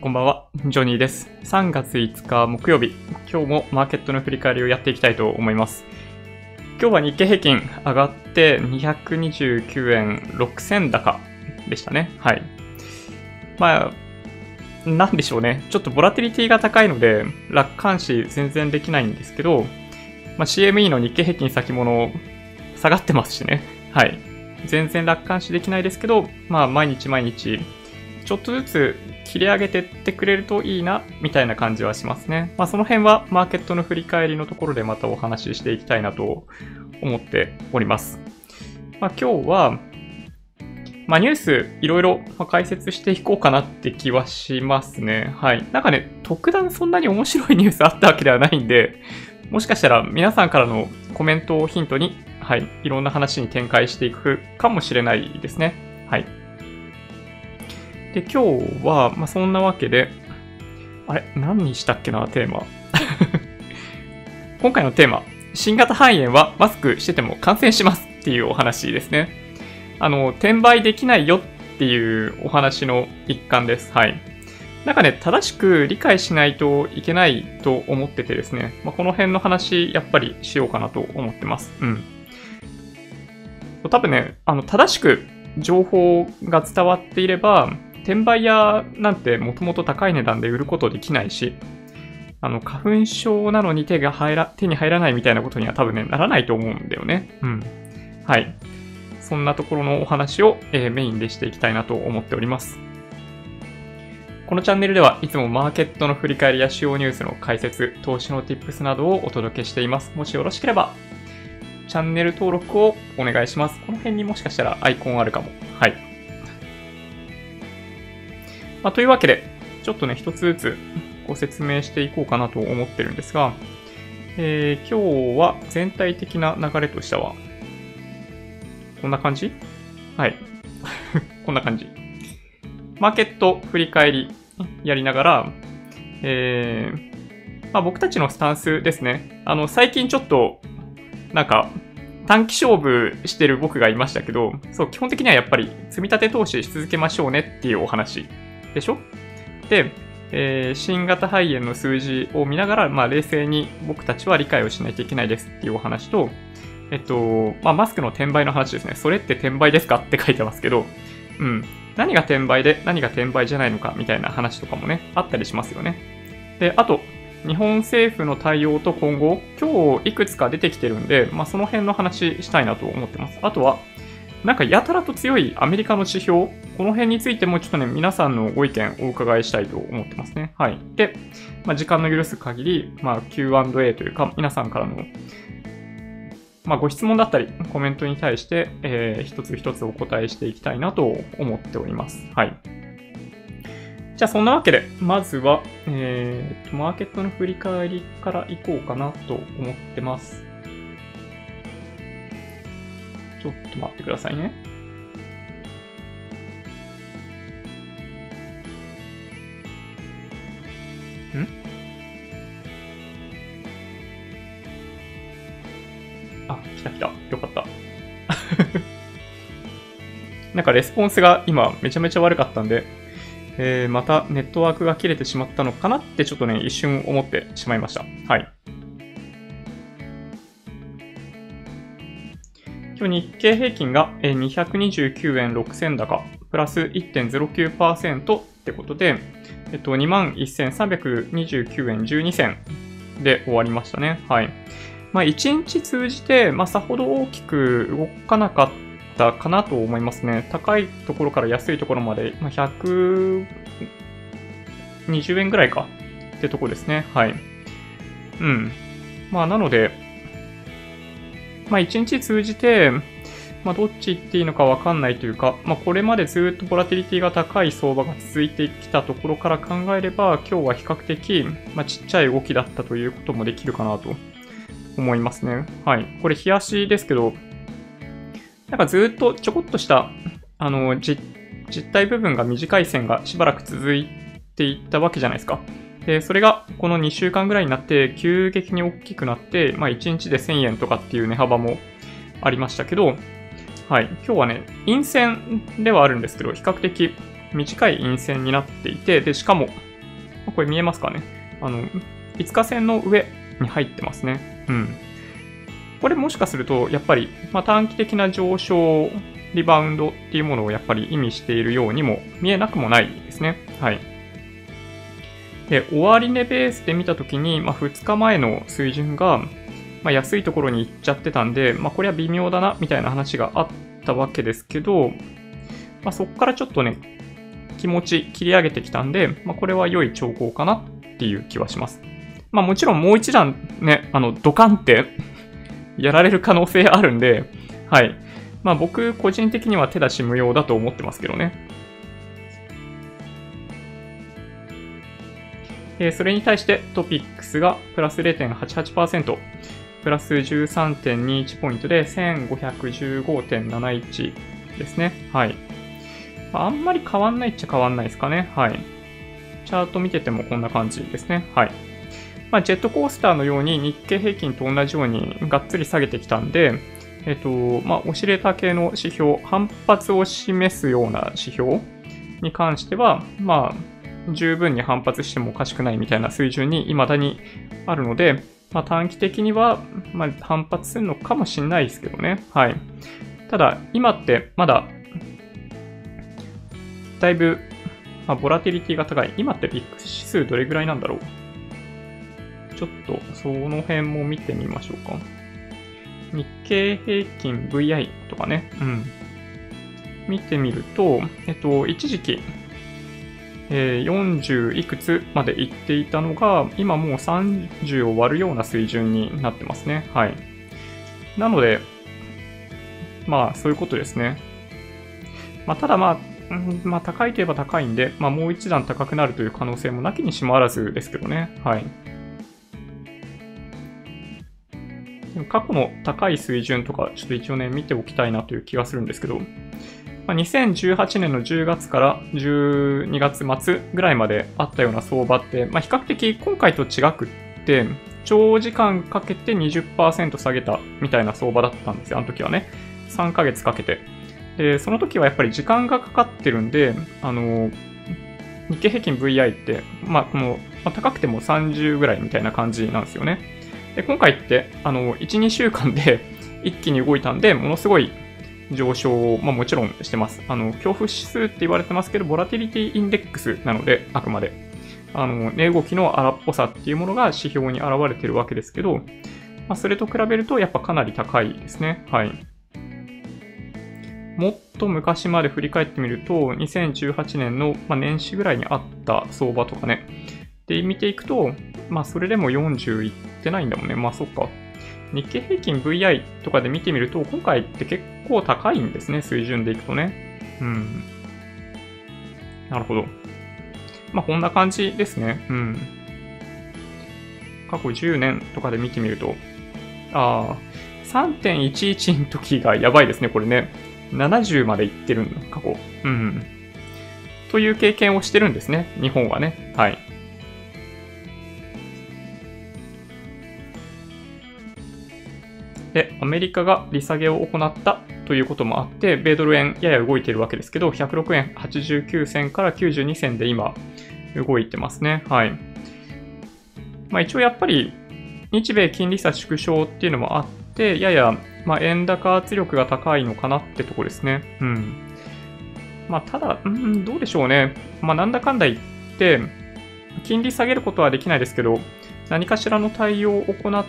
こんばんは、ジョニーです。3月5日木曜日、今日もマーケットの振り返りをやっていきたいと思います。今日は日経平均上がって229円6銭高でしたね。はい。なんでしょうね。ちょっとボラティリティが高いので、楽観視全然できないんですけど、CME の日経平均先物下がってますしね。はい。全然楽観視できないですけど、毎日毎日、ちょっとずつ切り上げてってくれるといいな、みたいな感じはしますね。その辺はマーケットの振り返りのところでまたお話ししていきたいなと思っております。今日は、ニュースいろいろ解説していこうかなって気はしますね。はい。特段そんなに面白いニュースあったわけではないんで、もしかしたら皆さんからのコメントをヒントに、はい、いろんな話に展開していくかもしれないですね。はい。で、今日は、そんなわけで、何にしたっけな、テーマ。今回のテーマ、新型肺炎はマスクしてても感染しますっていうお話ですね。転売できないよっていうお話の一環です。はい。正しく理解しないといけないと思っててですね、この辺の話、やっぱりしようかなと思ってます。多分ね、正しく情報が伝わっていれば、転売屋なんてもともと高い値段で売ることできないし、花粉症なのに手に入らないみたいなことには多分ね、ならないと思うんだよね。はい。そんなところのお話を、メインでしていきたいなと思っております。このチャンネルではいつもマーケットの振り返りや主要ニュースの解説、投資の Tips などをお届けしています。もしよろしければ、チャンネル登録をお願いします。この辺にもしかしたらアイコンあるかも。はい。というわけで、ちょっとね、一つずつご説明していこうかなと思ってるんですが、今日は全体的な流れとしては、こんな感じ？はい。こんな感じ。マーケット振り返りやりながら、僕たちのスタンスですね。最近ちょっと、短期勝負してる僕がいましたけど、そう、基本的にはやっぱり積み立て投資し続けましょうねっていうお話でしょ？で、新型肺炎の数字を見ながら、冷静に僕たちは理解をしないといけないですっていうお話と、マスクの転売の話ですね。それって転売ですかって書いてますけど、何が転売で何が転売じゃないのかみたいな話とかもね、あったりしますよね。で、あと、日本政府の対応と今後、今日いくつか出てきてるんで、その辺の話したいなと思ってます。あとは、やたらと強いアメリカの指標、この辺についてもちょっとね、皆さんのご意見お伺いしたいと思ってますね。はい。で、時間の許す限り、Q&A というか、皆さんからの、ご質問だったり、コメントに対して、一つ一つお答えしていきたいなと思っております。はい。じゃあ、そんなわけで、まずは、マーケットの振り返りからいこうかなと思ってます。ちょっと待ってくださいね。来た。よかった。レスポンスが今めちゃめちゃ悪かったんで、またネットワークが切れてしまったのかなってちょっとね、一瞬思ってしまいました。はい。今日日経平均が229円6銭高、プラス 1.09% ってことで、21,329円12銭で終わりましたね。はい。1日通じて、さほど大きく動かなかったかなと思いますね。高いところから安いところまで、120円ぐらいかってとこですね。はい。なので、1日通じて、どっち行っていいのかわかんないというか、これまでずっとボラティリティが高い相場が続いてきたところから考えれば、今日は比較的、ちっちゃい動きだったということもできるかなと思いますね。はい。これ、日足ですけど、ずっとちょこっとした、実体部分が短い線がしばらく続いていったわけじゃないですか。で、それがこの2週間ぐらいになって急激に大きくなって、1日で1000円とかっていう値幅もありましたけど、はい。今日はね、陰線ではあるんですけど、比較的短い陰線になっていて、で、しかも、 これ見えますかね。5日線の上に入ってますね。うん。これもしかすると、やっぱり、短期的な上昇、リバウンドっていうものをやっぱり意味しているようにも見えなくもないですね。はい。で、終値ベースで見たときに、2日前の水準が、安いところに行っちゃってたんで、これは微妙だな、みたいな話があったわけですけど、そこからちょっとね、気持ち切り上げてきたんで、これは良い兆候かなっていう気はします。もちろんもう一段ね、ドカンってやられる可能性あるんで、はい。僕個人的には手出し無用だと思ってますけどね。それに対してトピックスがプラス 0.88%、プラス 13.21 ポイントで 1515.71 ですね。はい。あんまり変わんないっちゃ変わんないですかね。はい。チャート見ててもこんな感じですね。はい。ジェットコースターのように日経平均と同じようにがっつり下げてきたんで、オシレーター系の指標、反発を示すような指標に関しては、十分に反発してもおかしくないみたいな水準に未だにあるので、短期的には、反発するのかもしれないですけどね。はい。ただ、今ってまだ、だいぶ、ボラティリティが高い。今ってビッグ指数どれぐらいなんだろう。ちょっと、その辺も見てみましょうか。日経平均 VI とかね。うん。見てみると、一時期、40いくつまで行っていたのが、今もう30を割るような水準になってますね。はい。なので、そういうことですね。ただ高いといえば高いんで、もう一段高くなるという可能性もなきにしもあらずですけどね。はい。過去の高い水準とか、ちょっと一応ね、見ておきたいなという気がするんですけど、2018年の10月から12月末ぐらいまであったような相場って、比較的今回と違くって、長時間かけて 20% 下げたみたいな相場だったんですよ。あの時はね。3ヶ月かけて。で、その時はやっぱり時間がかかってるんで、日経平均 VI って、高くても30ぐらいみたいな感じなんですよね。で、今回って、1、2週間で一気に動いたんで、ものすごい上昇を、もちろんしてます。恐怖指数って言われてますけど、ボラティリティインデックスなので、あくまで。値動きの荒っぽさっていうものが指標に現れてるわけですけど、それと比べるとやっぱかなり高いですね。はい。もっと昔まで振り返ってみると、2018年の年始ぐらいにあった相場とかね。で、見ていくと、それでも40いってないんだもんね。そっか。日経平均 VI とかで見てみると、今回って結構高いんですね、水準でいくとね。うん。なるほど。こんな感じですね。うん。過去10年とかで見てみると、3.11 の時がやばいですね、これね。70までいってるんだ、過去。うん。という経験をしてるんですね、日本はね。はい。で、アメリカが利下げを行ったということもあって、米ドル円やや動いているわけですけど、106円89銭から92銭で今、動いてますね。はい。一応やっぱり、日米金利差縮小っていうのもあって、やや、円高圧力が高いのかなってとこですね。うん。ただ、どうでしょうね。なんだかんだ言って、金利下げることはできないですけど、何かしらの対応を行って、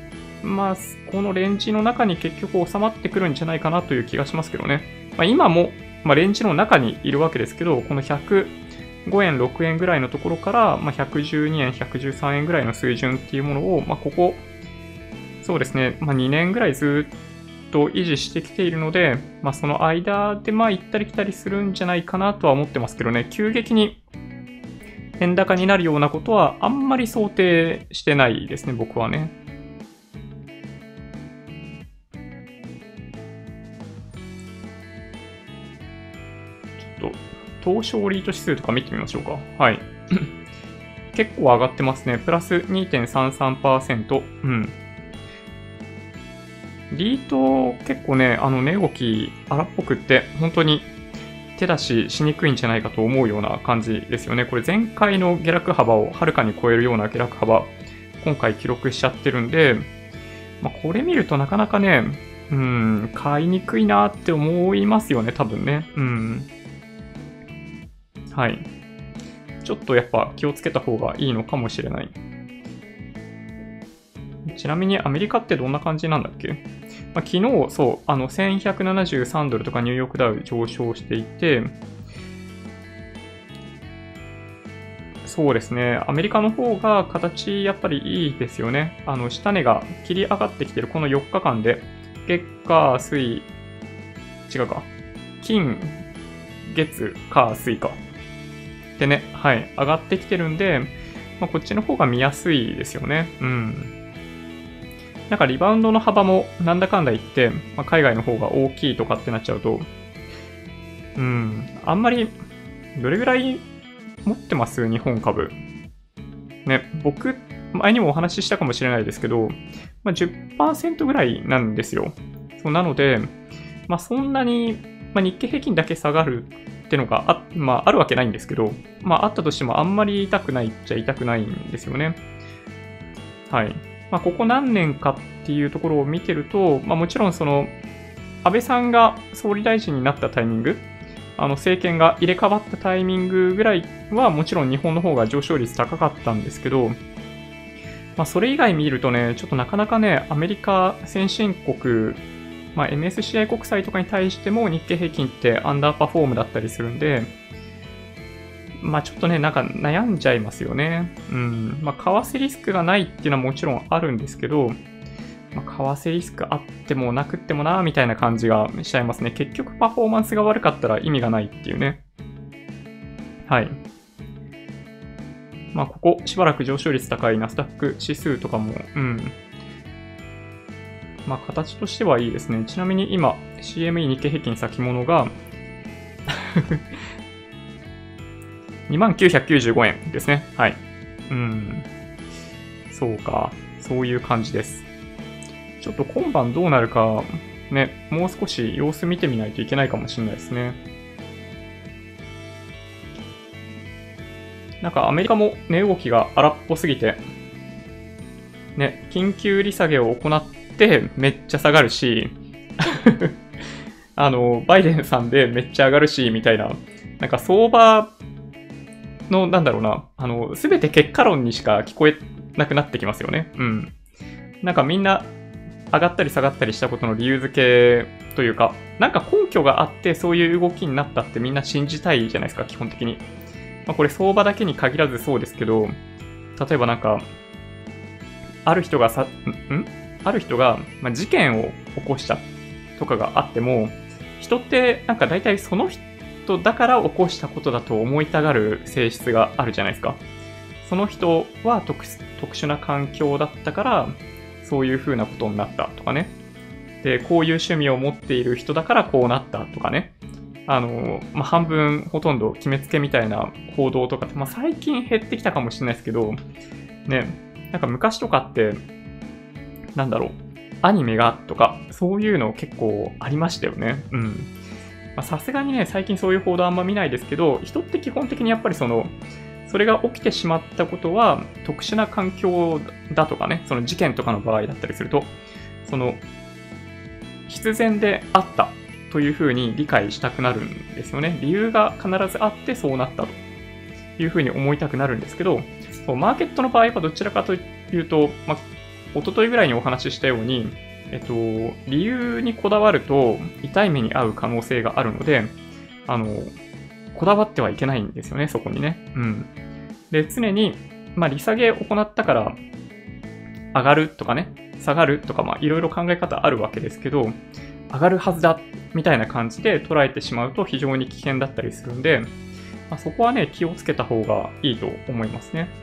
このレンジの中に結局収まってくるんじゃないかなという気がしますけどね。今も、レンジの中にいるわけですけど、この105円、6円ぐらいのところから、112円、113円ぐらいの水準っていうものを、ここ、そうですね、2年ぐらいずっと維持してきているので、その間で行ったり来たりするんじゃないかなとは思ってますけどね、急激に円高になるようなことはあんまり想定してないですね、僕はね。東証リート指数とか見てみましょうか。はい。結構上がってますね。プラス 2.33%。うん。リート結構ね、値動き荒っぽくって、本当に手出ししにくいんじゃないかと思うような感じですよね。これ前回の下落幅をはるかに超えるような下落幅、今回記録しちゃってるんで、これ見るとなかなかね、買いにくいなって思いますよね、多分ね。はい。ちょっとやっぱ気をつけた方がいいのかもしれない。ちなみにアメリカってどんな感じなんだっけ？昨日、そう、1173ドルとかニューヨークダウ上昇していて、そうですね、アメリカの方が形やっぱりいいですよね。下値が切り上がってきてるこの4日間で、月火水、違うか、金、月火水か。でね、はい、上がってきてるんで、こっちの方が見やすいですよね。なんかリバウンドの幅もなんだかんだ言って、海外の方が大きいとかってなっちゃうと、あんまり、どれぐらい持ってます日本株。ね、僕、前にもお話ししたかもしれないですけど、10% ぐらいなんですよ。そうなので、そんなに、日経平均だけ下がるってのがあるわけないんですけど、あったとしてもあんまり痛くないっちゃ痛くないんですよね。はい。ここ何年かっていうところを見てると、もちろんその、安倍さんが総理大臣になったタイミング、政権が入れ替わったタイミングぐらいはもちろん日本の方が上昇率高かったんですけど、それ以外見るとね、ちょっとなかなかね、アメリカ先進国、MSCI 国債とかに対しても日経平均ってアンダーパフォームだったりするんで、ちょっとね、なんか悩んじゃいますよね。為替リスクがないっていうのはもちろんあるんですけど、為替リスクあってもなくってもな、みたいな感じがしちゃいますね。結局パフォーマンスが悪かったら意味がないっていうね。はい。ここしばらく上昇率高いナスダック指数とかも、形としてはいいですね。ちなみに今、CME 日経平均先物が2995円ですね。はい。そうか。そういう感じです。ちょっと今晩どうなるか、ね、もう少し様子見てみないといけないかもしれないですね。なんかアメリカも値動きが荒っぽすぎて、ね、緊急利下げを行ってめっちゃ下がるし、バイデンさんでめっちゃ上がるし、みたいな、なんか相場の、すべて結果論にしか聞こえなくなってきますよね。なんかみんな上がったり下がったりしたことの理由付けというか、なんか根拠があってそういう動きになったってみんな信じたいじゃないですか、基本的に。これ相場だけに限らずそうですけど、例えばなんか、ある人が事件を起こしたとかがあっても、人ってなんか大体その人だから起こしたことだと思いたがる性質があるじゃないですか。その人は特殊な環境だったから、そういう風なことになったとかね。で、こういう趣味を持っている人だからこうなったとかね。半分ほとんど決めつけみたいな報道とかって、最近減ってきたかもしれないですけど、ね、なんか昔とかって、アニメがとか、そういうの結構ありましたよね。さすがにね、最近そういう報道あんま見ないですけど、人って基本的にやっぱりそれが起きてしまったことは特殊な環境だとかね、その事件とかの場合だったりすると、必然であったというふうに理解したくなるんですよね。理由が必ずあってそうなったというふうに思いたくなるんですけど、マーケットの場合はどちらかというと、一昨日ぐらいにお話ししたように、理由にこだわると痛い目に遭う可能性があるので、こだわってはいけないんですよね、そこにね。で、常に、利下げを行ったから上がるとかね、下がるとか、いろいろ考え方あるわけですけど、上がるはずだみたいな感じで捉えてしまうと非常に危険だったりするんで、そこはね、気をつけた方がいいと思いますね。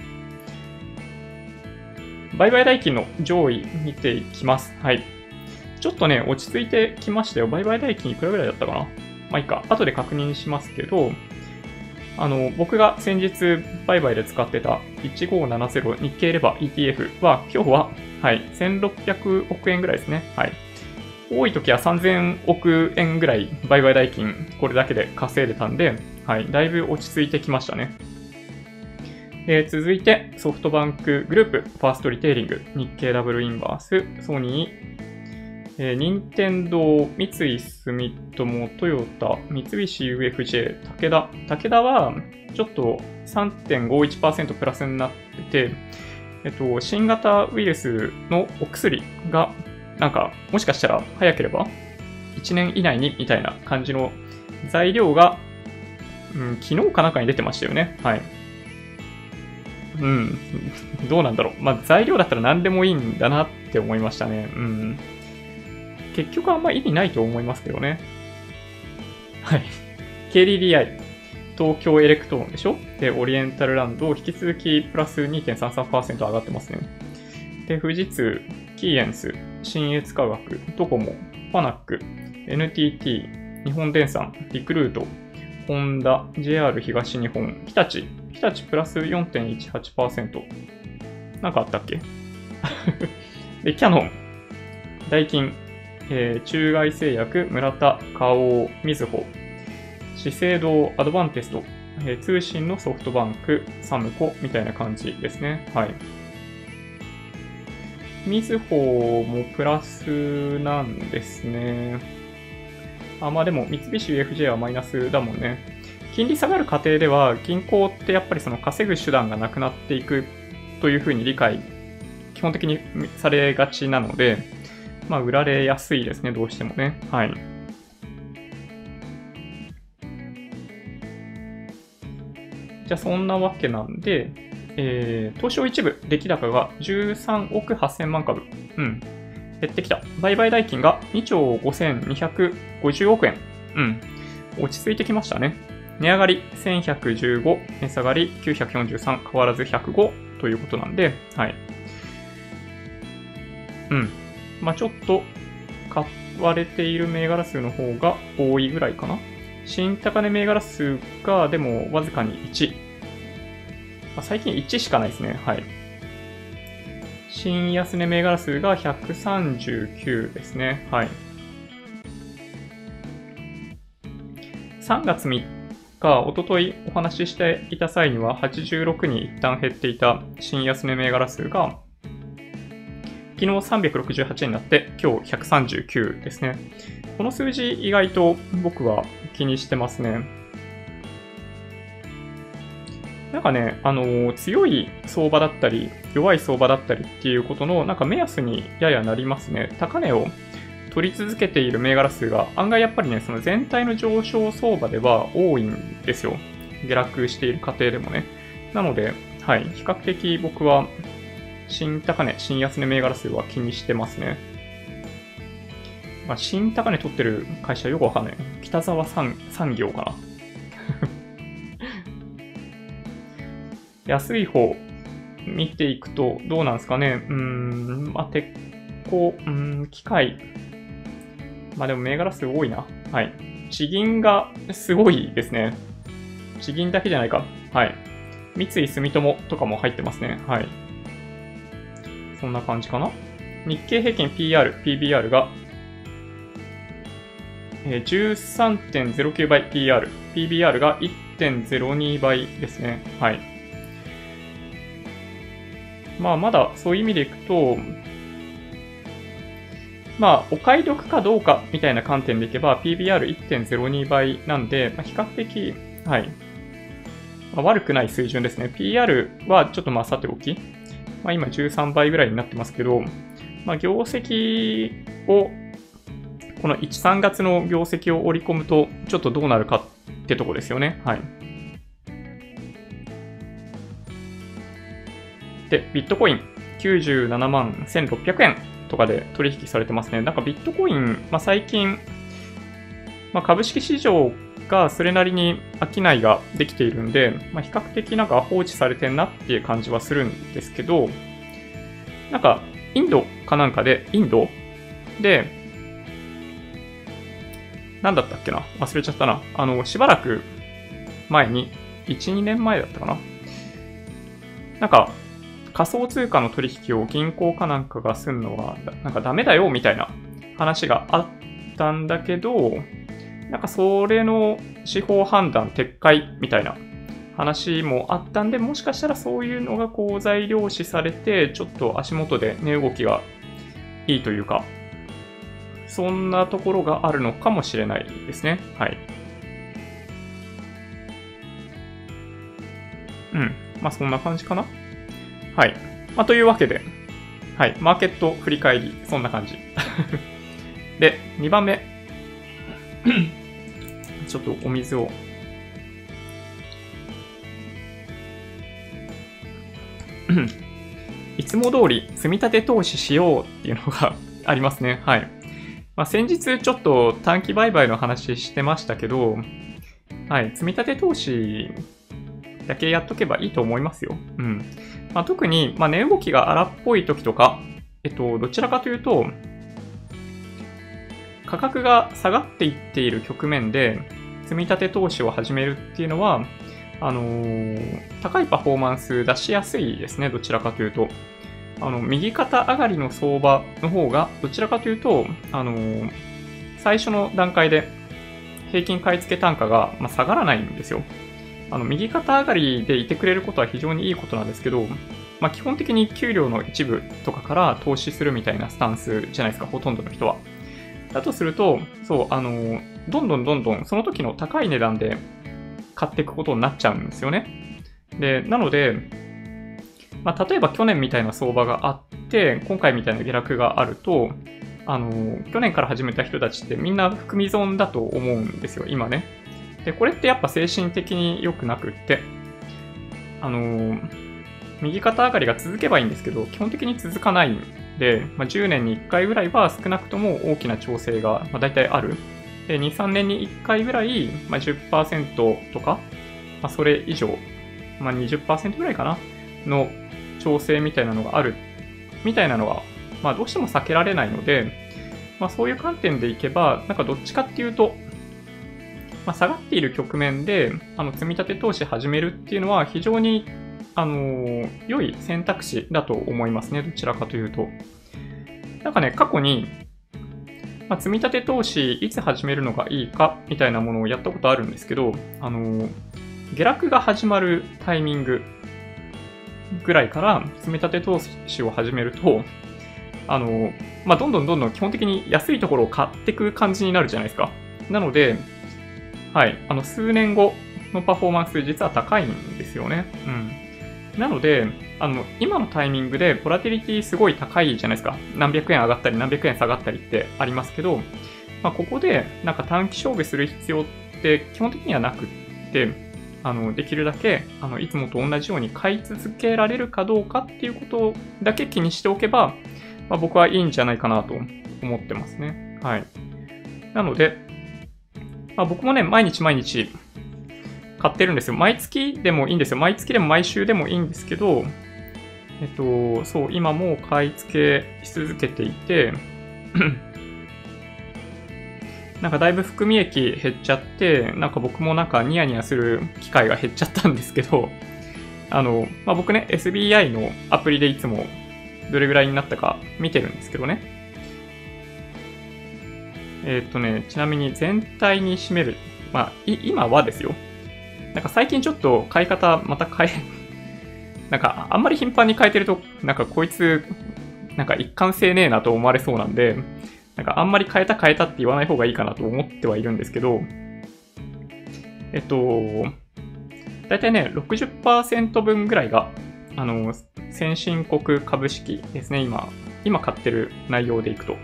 売買代金の上位見ていきます。はい。ちょっとね、落ち着いてきましたよ。売買代金いくらぐらいだったかな？いいか。後で確認しますけど、僕が先日売買で使ってた1570日経レバー ETF は今日は、はい、1600億円ぐらいですね。はい。 多い時は3000億円ぐらい売買代金、これだけで稼いでたんで、はい、だいぶ落ち着いてきましたね。続いて、ソフトバンクグループ、ファーストリテイリング、日経ダブルインバース、ソニー、任天堂、三井住友、トヨタ、三菱 UFJ、武田はちょっと 3.51% プラスになってて、新型ウイルスのお薬が、なんか、もしかしたら早ければ1年以内にみたいな感じの材料が、昨日かなんかに出てましたよね。はい。どうなんだろう。まあ、材料だったら何でもいいんだなって思いましたね。結局あんま意味ないと思いますけどね。はい。KDDI、東京エレクトーンでしょ。で、オリエンタルランド、引き続きプラス 2.33% 上がってますね。で、富士通、キーエンス、信越科学、ドコモ、ファナック、NTT、日本電産、リクルート、ホンダ、JR 東日本、日立プラス 4.18%。なんかあったっけで、キヤノン、ダイキン、中外製薬、村田、花王、みずほ、資生堂、アドバンテスト、通信のソフトバンク、サムコみたいな感じですね。はい。みずほもプラスなんですね。まあでも、三菱 UFJ はマイナスだもんね。金利下がる過程では、銀行ってやっぱりその稼ぐ手段がなくなっていくというふうに理解、基本的にされがちなので、まあ、売られやすいですね、どうしてもね。はい。じゃあ、そんなわけなんで、東証一部、出来高が13億8000万株。減ってきた。売買代金が2兆5250億円。落ち着いてきましたね。値上がり1115、値下がり943、変わらず105ということなんで、はい。まあちょっと買われている銘柄数の方が多いぐらいかな。新高値銘柄数がでもわずかに1。最近1しかないですね。はい。新安値銘柄数が139ですね。はい。3月3日、おとといお話ししていた際には86に一旦減っていた新安値銘柄数が昨日368になって今日139ですね。この数字意外と僕は気にしてますね。なんかね、強い相場だったり弱い相場だったりっていうことのなんか目安にややなりますね。高値を取り続けている銘柄数が案外やっぱりね、その全体の上昇相場では多いんですよ。下落している過程でもね。なので、はい、比較的僕は新高値、新安値銘柄数は気にしてますね。まあ、新高値取ってる会社よくわかんない。北沢産業かな。安い方見ていくとどうなんですかね。まあ、鉄鋼、機械。まあでも銘柄数多いな。はい。地銀がすごいですね。地銀だけじゃないか。はい。三井住友とかも入ってますね。はい。そんな感じかな。日経平均 PR、PBR が、13.09 倍 PR、PBR が 1.02 倍ですね。はい。まあまだそういう意味でいくと、まあお買い得かどうかみたいな観点でいけば PBR1.02 倍なんで、まあ、比較的、はい。まあ、悪くない水準ですね。PR はちょっとまあさておき。まあ今13倍ぐらいになってますけど、まあ業績を、この1、3月の業績を織り込むと、ちょっとどうなるかってとこですよね。はい。で、ビットコイン97万1600円とかで取引されてますね。なんかビットコイン、まあ最近、まあ株式市場がそれなりに商いができているんで、まあ、比較的なんか放置されてんなっていう感じはするんですけど、なんかインドかなんかで、なんだったっけな、忘れちゃったな。しばらく前に、1、2年前だったかな。なんか仮想通貨の取引を銀行かなんかがするのはなんかダメだよみたいな話があったんだけど、なんかそれの司法判断撤回みたいな話もあったんで、もしかしたらそういうのがこう材料視されて、ちょっと足元で値動きがいいというか、そんなところがあるのかもしれないですね。はい。まあそんな感じかな。はい。まあというわけで、はい。マーケット振り返り、そんな感じ。で、2番目。ちょっとお水を。いつも通り積み立て投資しようっていうのがありますね。はい。まあ、先日ちょっと短期売買の話してましたけど、はい。積み立て投資だけやっとけばいいと思いますよ。まあ、特に、まあ、値動きが荒っぽい時とか、どちらかというと、価格が下がっていっている局面で、積み立て投資を始めるっていうのは、高いパフォーマンス出しやすいですね、どちらかというと。右肩上がりの相場の方が、どちらかというと、最初の段階で平均買い付け単価が下がらないんですよ。右肩上がりでいてくれることは非常にいいことなんですけど、まあ、基本的に給料の一部とかから投資するみたいなスタンスじゃないですか、ほとんどの人は。だとすると、そう、どんどんその時の高い値段で買っていくことになっちゃうんですよね。で、なので、まあ、例えば去年みたいな相場があって、今回みたいな下落があると、去年から始めた人たちってみんな含み損だと思うんですよ、今ね。で、これってやっぱ精神的に良くなくって、右肩上がりが続けばいいんですけど、基本的に続かないんで、まあ、10年に1回ぐらいは少なくとも大きな調整が、まあ、大体ある。で、2、3年に1回ぐらい、まあ、10% とか、まあ、それ以上、まあ、20% ぐらいかなの調整みたいなのがあるみたいなのは、まあ、どうしても避けられないので、まあ、そういう観点でいけば、なんかどっちかっていうと、まあ、下がっている局面で積み立て投資始めるっていうのは非常に良い選択肢だと思いますね。どちらかというと。なんかね、過去に、まあ、積み立て投資いつ始めるのがいいかみたいなものをやったことあるんですけど、下落が始まるタイミングぐらいから積み立て投資を始めると、まあ、どんどん基本的に安いところを買っていく感じになるじゃないですか。なので、はい、数年後のパフォーマンス実は高いんですよね。なので、今のタイミングでボラティリティすごい高いじゃないですか。何百円上がったり何百円下がったりってありますけど、まあ、ここでなんか短期勝負する必要って基本的にはなくって、できるだけ、いつもと同じように買い続けられるかどうかっていうことだけ気にしておけば、まあ、僕はいいんじゃないかなと思ってますね。はい。なので、まあ、僕もね、毎日買ってるんですよ。毎月でもいいんですよ。毎月でも毎週でもいいんですけど、そう、今も買い付けし続けていて、なんかだいぶ含み益減っちゃって、なんか僕もなんかニヤニヤする機会が減っちゃったんですけど、まあ、僕ね、SBI のアプリでいつもどれぐらいになったか見てるんですけどね。ちなみに全体に占める、まあ、今はですよ。なんか最近ちょっと買い方またなんかあんまり頻繁に変えてると、なんかこいつ、なんか一貫性ねえなと思われそうなんで、なんかあんまり変えたって言わない方がいいかなと思ってはいるんですけど、だいたいね、60% 分ぐらいが、先進国株式ですね、今買ってる内容でいくと。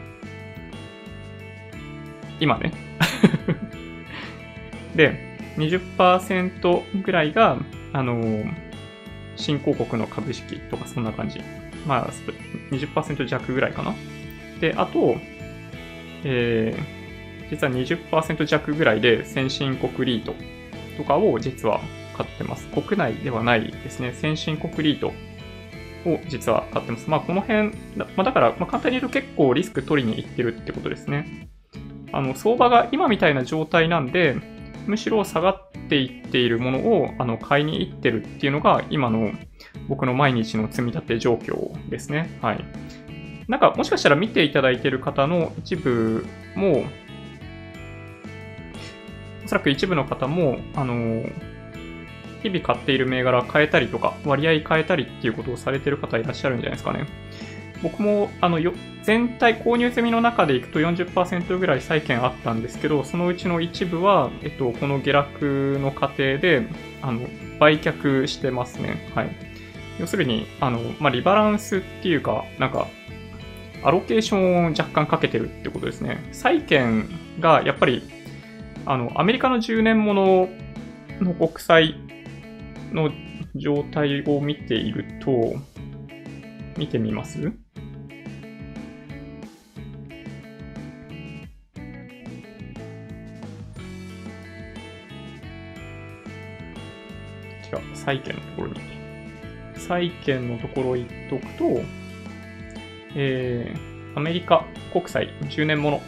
今ね。で、20% ぐらいが、新興国の株式とかそんな感じ。まあ、20% 弱ぐらいかな。で、あと、実は 20% 弱ぐらいで先進国リートとかを実は買ってます。国内ではないですね。先進国リートを実は買ってます。まあ、この辺、だから、簡単に言うと結構リスク取りに行ってるってことですね。相場が今みたいな状態なんで、むしろ下がっていっているものを買いに行ってるっていうのが今の僕の毎日の積み立て状況ですね。はい。 なんかもしかしたら見ていただいている方の一部も、おそらく一部の方も、日々買っている銘柄変えたりとか、割合変えたりっていうことをされている方いらっしゃるんじゃないですかね。僕も、全体購入済みの中でいくと 40% ぐらい債券あったんですけど、そのうちの一部は、この下落の過程で、売却してますね。はい。要するに、リバランスっていうか、なんか、アロケーションを若干かけてるってことですね。債券が、やっぱり、アメリカの10年ものの国債の状態を見ていると、見てみます？違う、債券のところに。債券のところ行っとくと、アメリカ国債10年もの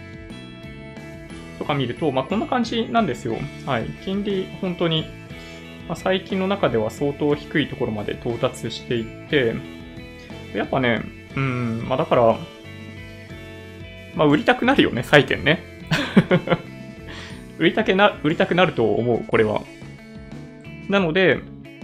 とか見ると、こんな感じなんですよ。はい。金利、本当に、最近の中では相当低いところまで到達していって、やっぱね、だから、売りたくなるよね、債券ね。売りたくなると思う、これは。なので、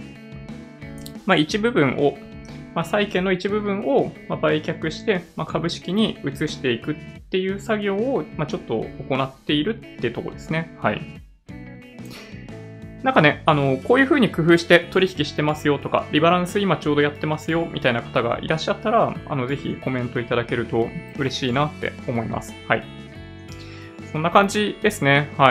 一部分を、債券の一部分を売却して、株式に移していくっていう作業を、ちょっと行っているってとこですね。はい。なんかね、こういう風に工夫して取引してますよとか、リバランス今ちょうどやってますよみたいな方がいらっしゃったら、ぜひコメントいただけると嬉しいなって思います。はい。そんな感じですね。はい。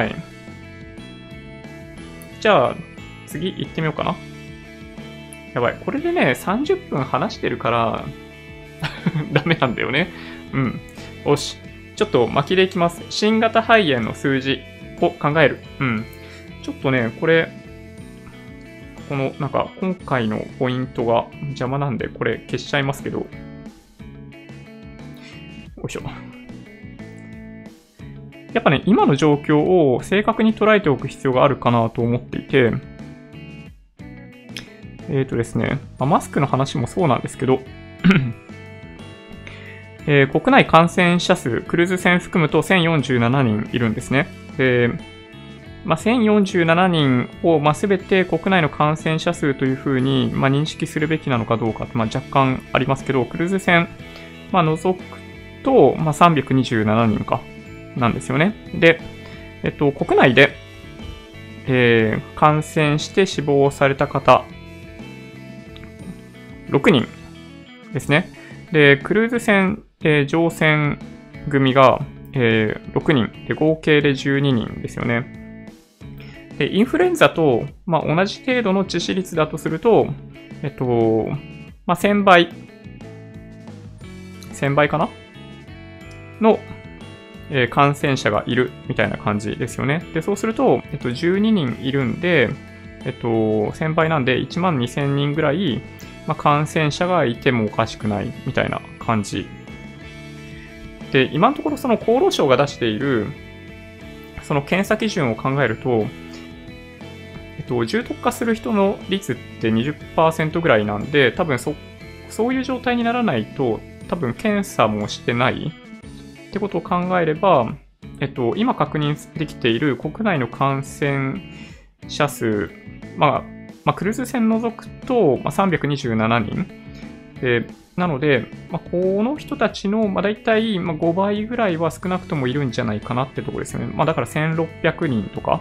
じゃあ、次行ってみようかな。やばい。これでね、30分話してるから、ダメなんだよね。うん。よし。ちょっと巻きでいきます。新型肺炎の数字を考える。うん。ちょっとね、これ、なんか、今回のポイントが邪魔なんで、これ消しちゃいますけど。よいしょ。やっぱね、今の状況を正確に捉えておく必要があるかなと思っていて、ですね、マスクの話もそうなんですけど、国内感染者数、クルーズ船含むと1047人いるんですね。1047人を全て国内の感染者数というふうに認識するべきなのかどうかって若干ありますけど、クルーズ船、除くと327人かなんですよね。で、国内で、感染して死亡された方、6人ですね。で、クルーズ船、乗船組が、6人で、合計で12人ですよね。で、インフルエンザと、同じ程度の致死率だとすると、1000倍かなの、感染者がいるみたいな感じですよね。で、そうすると、12人いるんで、1000倍なんで1万2000人ぐらい、感染者がいてもおかしくないみたいな感じ。で、今のところその厚労省が出している、その検査基準を考えると、重篤化する人の率って 20% ぐらいなんで、多分そういう状態にならないと、多分検査もしてないってことを考えれば、今確認できている国内の感染者数、クルーズ船除くと、327人。なので、この人たちの、だいたい5倍ぐらいは少なくともいるんじゃないかなってところですよね。だから1600人とか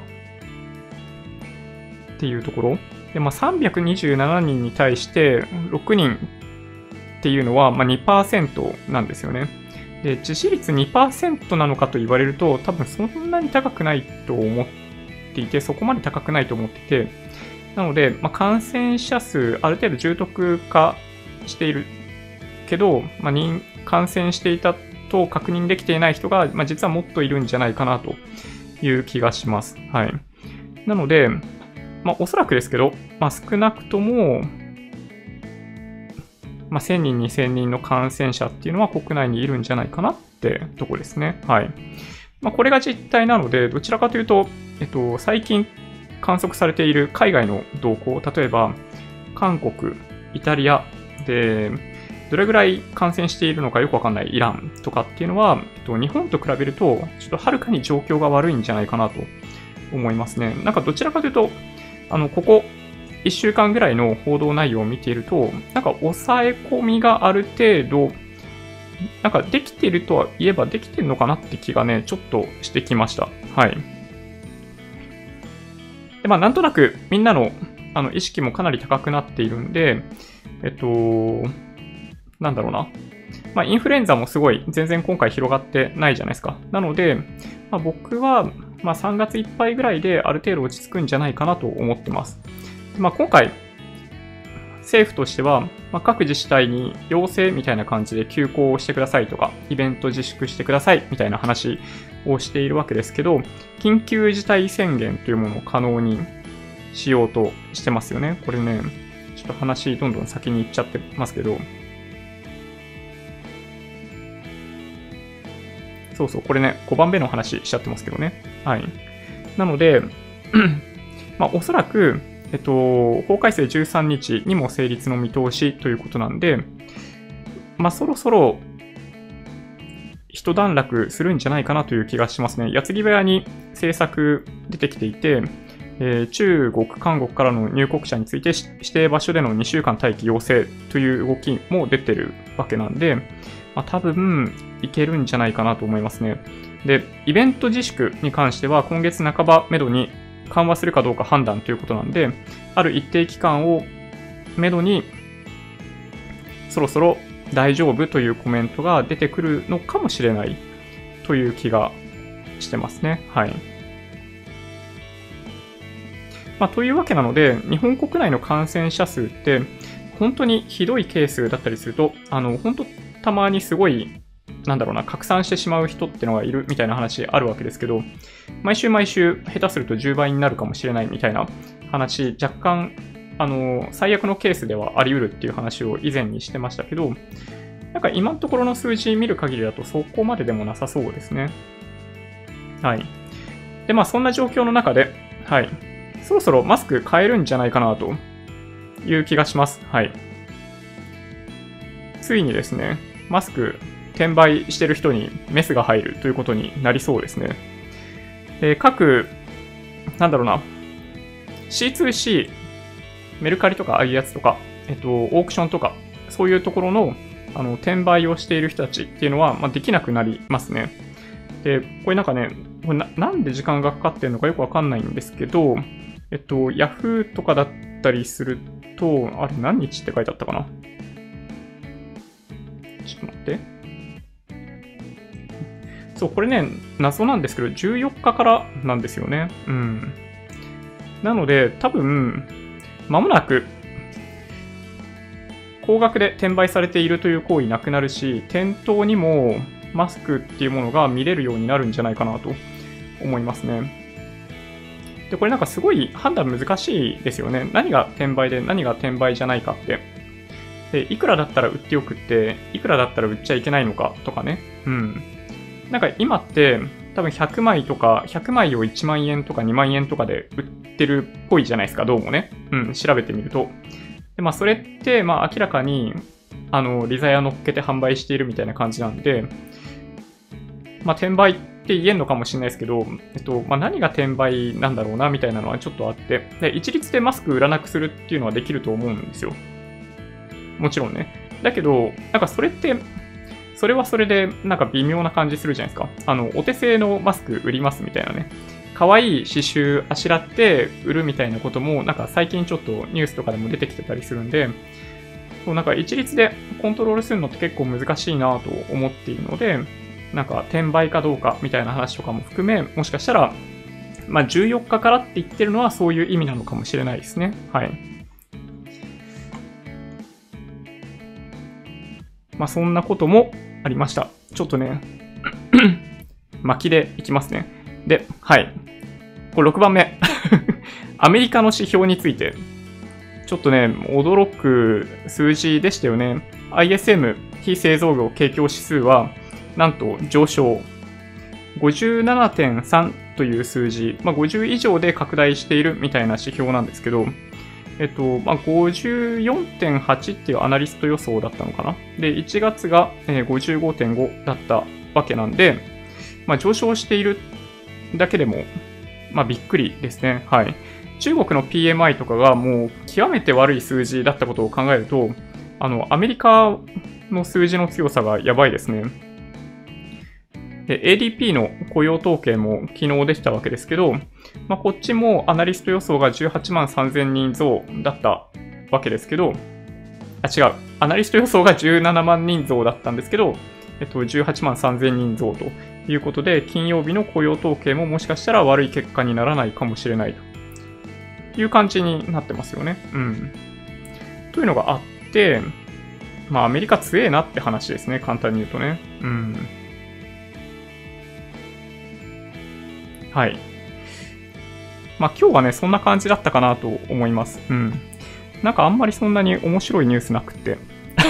っていうところ。で、327人に対して6人っていうのは、2% なんですよね。で、致死率 2% なのかと言われると、多分そんなに高くないと思っていて、そこまで高くないと思っていて、なので、感染者数、ある程度重篤化しているけど、感染していたと確認できていない人が、実はもっといるんじゃないかなという気がします。はい。なので、おそらくですけど、少なくとも、1000人、2000人の感染者っていうのは国内にいるんじゃないかなってとこですね。はい。これが実態なので、どちらかというと、最近観測されている海外の動向、例えば、韓国、イタリアで、 どれぐらい感染しているのかよくわかんないイランとかっていうのは、日本と比べると、ちょっとはるかに状況が悪いんじゃないかなと思いますね。なんかどちらかというと、ここ1週間ぐらいの報道内容を見ていると、なんか抑え込みがある程度、なんかできてるとは言えばできてるのかなって気がね、ちょっとしてきました。はい。で、なんとなくみんなの意識もかなり高くなっているんで、なんだろうな。インフルエンザもすごい全然今回広がってないじゃないですか。なので、僕は3月いっぱいぐらいである程度落ち着くんじゃないかなと思ってます。今回、政府としては、各自治体に要請みたいな感じで休校をしてくださいとか、イベント自粛してくださいみたいな話をしているわけですけど、緊急事態宣言というものを可能にしようとしてますよね。これね、ちょっと話どんどん先に行っちゃってますけど、そうそう、これね、5番目の話しちゃってますけどね。はい。なので、おそらく、法改正13日にも成立の見通しということなんで、そろそろ一段落するんじゃないかなという気がしますね。矢継ぎ早に政策出てきていて、中国、韓国からの入国者について指定場所での2週間待機要請という動きも出てるわけなんで、多分いけるんじゃないかなと思いますね。で、イベント自粛に関しては今月半ばめどに緩和するかどうか判断ということなんで、ある一定期間をめどにそろそろ大丈夫というコメントが出てくるのかもしれないという気がしてますね。はい。というわけなので、日本国内の感染者数って本当にひどいケースだったりすると、本当たまにすごい拡散してしまう人ってのがいるみたいな話あるわけですけど、毎週下手すると10倍になるかもしれないみたいな話、若干、最悪のケースではあり得るっていう話を以前にしてましたけど、今のところの数字見る限りだとそこまででもなさそうですね。はい。で、そんな状況の中で、はい。そろそろマスク変えるんじゃないかなという気がします。はい。ついにですね、マスク転売してる人にメスが入るということになりそうですね。各、C2C、メルカリとかああいうやつとか、オークションとか、そういうところの、転売をしている人たちっていうのは、できなくなりますね。で、これなんで時間がかかってるのかよくわかんないんですけど、ヤフーとかだったりすると、あれ何日って書いてあったかな？ちょっと待って。そう、これね、謎なんですけど、14日からなんですよね。うん。なので、多分、間もなく、高額で転売されているという行為なくなるし、店頭にもマスクっていうものが見れるようになるんじゃないかなと思いますね。で、これすごい判断難しいですよね。何が転売で何が転売じゃないかって。で、いくらだったら売ってよくって、いくらだったら売っちゃいけないのかとかね。うん。今って多分100枚とか、100枚を1万円とか2万円とかで売ってるっぽいじゃないですか、どうもね。うん、調べてみると。で、それって、明らかに、利ザヤ乗っけて販売しているみたいな感じなんで、転売って言えんのかもしれないですけど、何が転売なんだろうな、みたいなのはちょっとあって、で、一律でマスク売らなくするっていうのはできると思うんですよ。もちろんね。だけど、それって、それはそれで、微妙な感じするじゃないですか。お手製のマスク売りますみたいなね。可愛い刺繍あしらって売るみたいなことも、最近ちょっとニュースとかでも出てきてたりするんで、一律でコントロールするのって結構難しいなと思っているので、転売かどうかみたいな話とかも含め、もしかしたら、14日からって言ってるのはそういう意味なのかもしれないですね。はい。そんなこともありました。ちょっとね、巻きでいきますね。で、はい。これ6番目。アメリカの指標について、ちょっとね、驚く数字でしたよね。ISM、非製造業景況指数は、なんと上昇。57.3 という数字、50以上で拡大しているみたいな指標なんですけど、 54.8 っていうアナリスト予想だったのかな。で、1月が 55.5 だったわけなんで、上昇しているだけでも、びっくりですね。はい。中国の PMI とかがもう極めて悪い数字だったことを考えると、アメリカの数字の強さがやばいですね。で、ADP の雇用統計も昨日できたわけですけど、こっちもアナリスト予想が18万3000人増だったわけですけど、違う。アナリスト予想が17万人増だったんですけど、18万3000人増ということで、金曜日の雇用統計ももしかしたら悪い結果にならないかもしれないという感じになってますよね。うん。というのがあって、アメリカ強えなって話ですね。簡単に言うとね。うん。はい。今日はね、そんな感じだったかなと思います。うん。なんかあんまりそんなに面白いニュースなくって。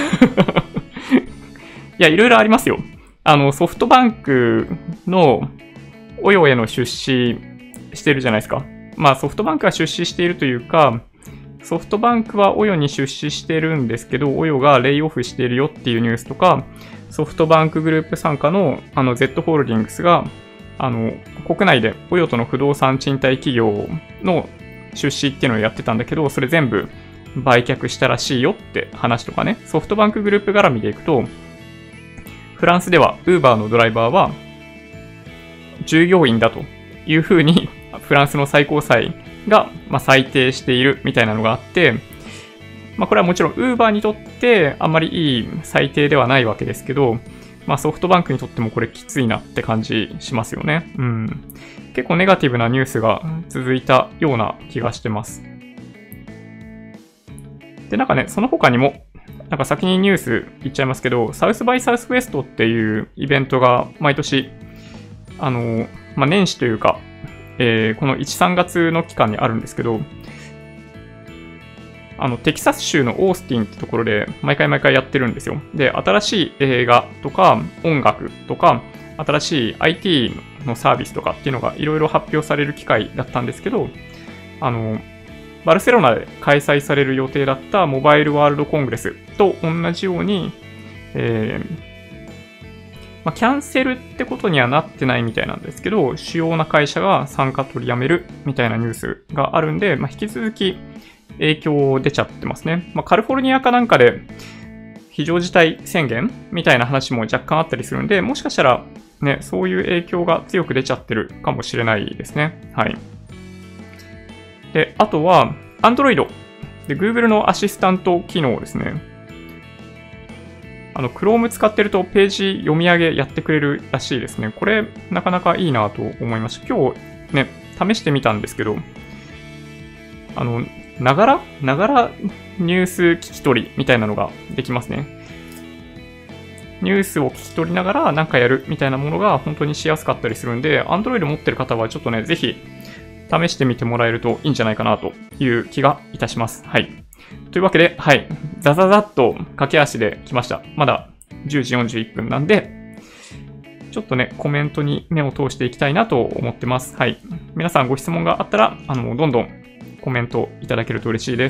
いや、いろいろありますよ。ソフトバンクのオヨへの出資してるじゃないですか。ソフトバンクが出資しているというか、ソフトバンクはオヨに出資してるんですけど、オヨがレイオフしているよっていうニュースとか、ソフトバンクグループ傘下のZ ホールディングスが、国内でオヨとの不動産賃貸企業の出資っていうのをやってたんだけど、それ全部売却したらしいよって話とかね、ソフトバンクグループ絡みでいくと、フランスでは Uber のドライバーは従業員だというふうにフランスの最高裁が裁定しているみたいなのがあって、これはもちろん Uber にとってあんまりいい裁定ではないわけですけど、ソフトバンクにとってもこれきついなって感じしますよね。うん。結構ネガティブなニュースが続いたような気がしてます。で、なんかね、その他にも、なんか先にニュース言っちゃいますけど、サウスバイサウスウェストっていうイベントが毎年、年始というか、この1、3月の期間にあるんですけど、テキサス州のオースティンってところで毎回やってるんですよ。で、新しい映画とか音楽とか、新しい IT のサービスとかっていうのがいろいろ発表される機会だったんですけど、バルセロナで開催される予定だったモバイルワールドコングレスと同じように、キャンセルってことにはなってないみたいなんですけど、主要な会社が参加取りやめるみたいなニュースがあるんで、引き続き影響出ちゃってますね。カリフォルニアかなんかで非常事態宣言みたいな話も若干あったりするんで、もしかしたらね、そういう影響が強く出ちゃってるかもしれないですね。はい。で、あとは Android で Google のアシスタント機能ですね。Chrome 使ってるとページ読み上げやってくれるらしいですね。これなかなかいいなと思いました。今日ね、試してみたんですけど、ながらニュース聞き取りみたいなのができますね。ニュースを聞き取りながらなんかやるみたいなものが本当にしやすかったりするんで、Android 持ってる方はちょっとね、ぜひ試してみてもらえるといいんじゃないかなという気がいたします。はい。というわけで、はい。ザザザッと駆け足で来ました。まだ10時41分なんで、ちょっとね、コメントに目を通していきたいなと思ってます。はい。皆さんご質問があったら、どんどんコメントいただけると嬉しいです。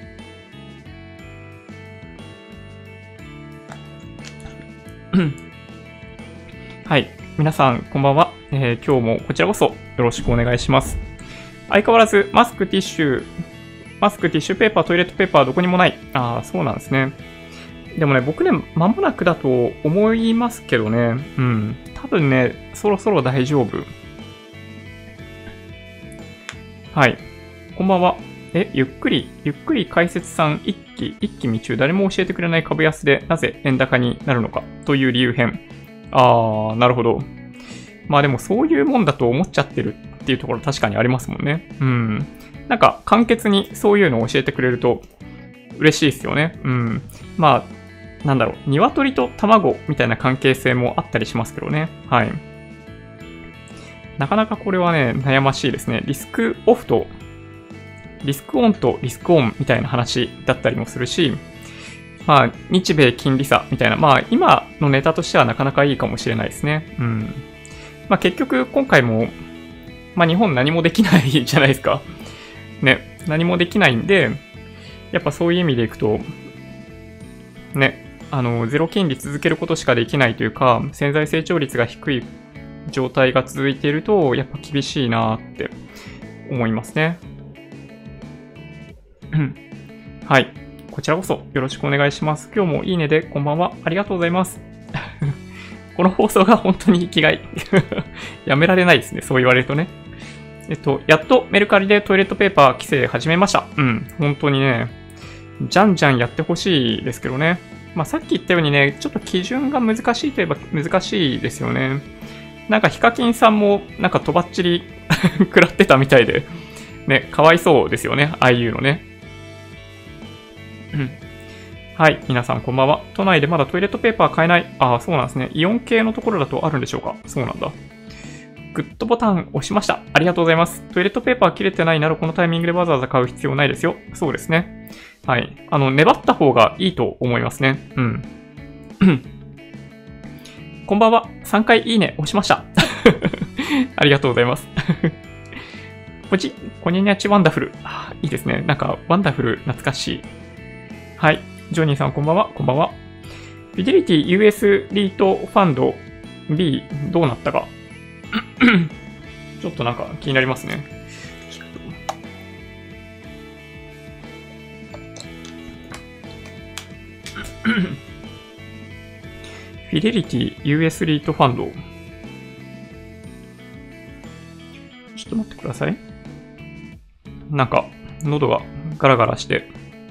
はい。皆さん、こんばんは。今日もこちらこそよろしくお願いします。相変わらず、マスク、ティッシュペーパー、トイレットペーパー、どこにもない。そうなんですね。でもね、僕ね、間もなくだと思いますけどね。うん。多分ね、そろそろ大丈夫。はい。こんばんは。ゆっくり解説さん一気未中、誰も教えてくれない株安でなぜ円高になるのかという理由編。なるほど。でもそういうもんだと思っちゃってるっていうところ確かにありますもんね。うん。なんか簡潔にそういうのを教えてくれると嬉しいですよね。うん。なんだろう。鶏と卵みたいな関係性もあったりしますけどね。はい。なかなかこれはね、悩ましいですね。リスクオンとリスクオンみたいな話だったりもするし、日米金利差みたいな、今のネタとしてはなかなかいいかもしれないですね。うん。結局今回も、日本何もできないじゃないですか。ね、何もできないんで、 やっぱそういう意味でいくと、ね、ゼロ金利続けることしかできないというか、潜在成長率が低い状態が続いていると、やっぱ厳しいなって思いますね。はい。こちらこそよろしくお願いします。今日もいいねでこんばんは。ありがとうございます。この放送が本当に生きがい。やめられないですね。そう言われるとね。やっとメルカリでトイレットペーパー規制始めました。本当にね、じゃんじゃんやってほしいですけどね。さっき言ったようにね、ちょっと基準が難しいといえば難しいですよね。なんかヒカキンさんもなんかとばっちり食らってたみたいで、ね、かわいそうですよね。ああいうのね。はい、皆さんこんばんは。都内でまだトイレットペーパー買えない。ああ、そうなんですね。イオン系のところだとあるんでしょうか。そうなんだ。グッドボタン押しました。ありがとうございます。トイレットペーパー切れてないならこのタイミングでわざわざ買う必要ないですよ。そうですね。はい。粘った方がいいと思いますね。こんばんは。3回いいね押しました。ありがとうございます。コニャニャチワンダフル。いいですね。なんか、ワンダフル懐かしい。はい。ジョニーさんこんばんは。こんばんは。フィデリティ US リートファンド B どうなったか。ちょっとなんか気になりますね。フィデリティ US リートファンド。ちょっと待ってください。なんか、喉がガラガラして。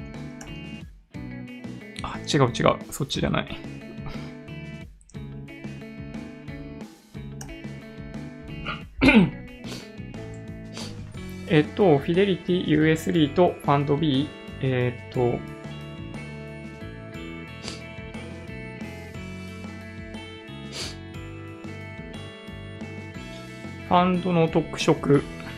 違う。そっちじゃない。フィデリティ US リートファンド B。ファンドの特色。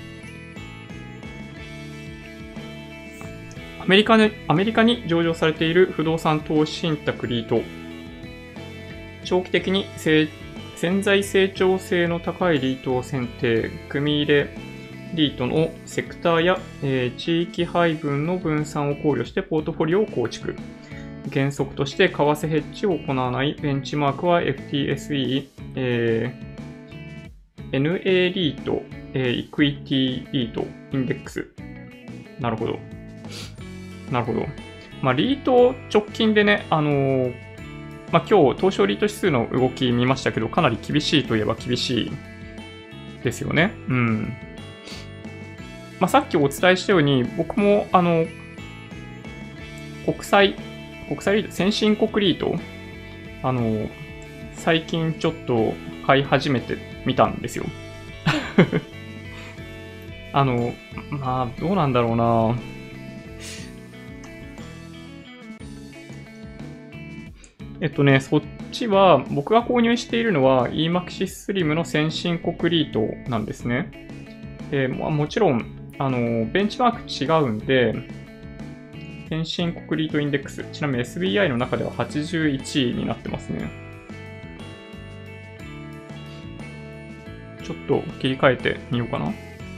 アメリカに上場されている不動産投資信託リート。長期的に潜在成長性の高いリートを選定。組入れリートのセクターや、地域配分の分散を考慮してポートフォリオを構築。原則として為替ヘッジを行わない。ベンチマークは FTSE、NA リート、イクイティリート、インデックス。なるほど。リート直近でね、今日、東証リート指数の動き見ましたけど、かなり厳しいといえば厳しいですよね。さっきお伝えしたように、僕も、国際リート、先進国リート、最近ちょっと買い始めてみたんですよ。どうなんだろうな。そっちは、僕が購入しているのは EMAXIS Slim の先進国リートなんですね。もちろん、ベンチマーク違うんで、先進国リートインデックス、ちなみに SBI の中では81位になってますね。ちょっと切り替えてみようかな。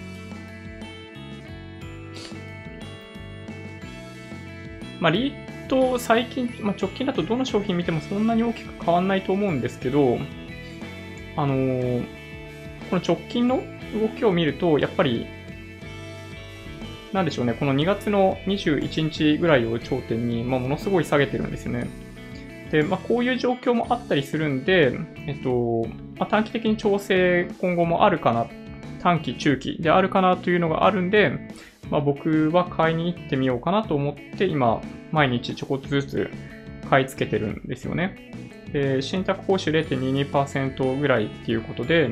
リート最近、直近だとどの商品見てもそんなに大きく変わんないと思うんですけど、この直近の動きを見ると、やっぱり、なんでしょうね、この2月の21日ぐらいを頂点に、ものすごい下げてるんですよね。で、こういう状況もあったりするんで、短期的に調整今後もあるかな、短期、中期であるかなというのがあるんで、僕は買いに行ってみようかなと思って、今、毎日ちょこっとずつ買い付けてるんですよね。で、信託報酬 0.22% ぐらいっていうことで、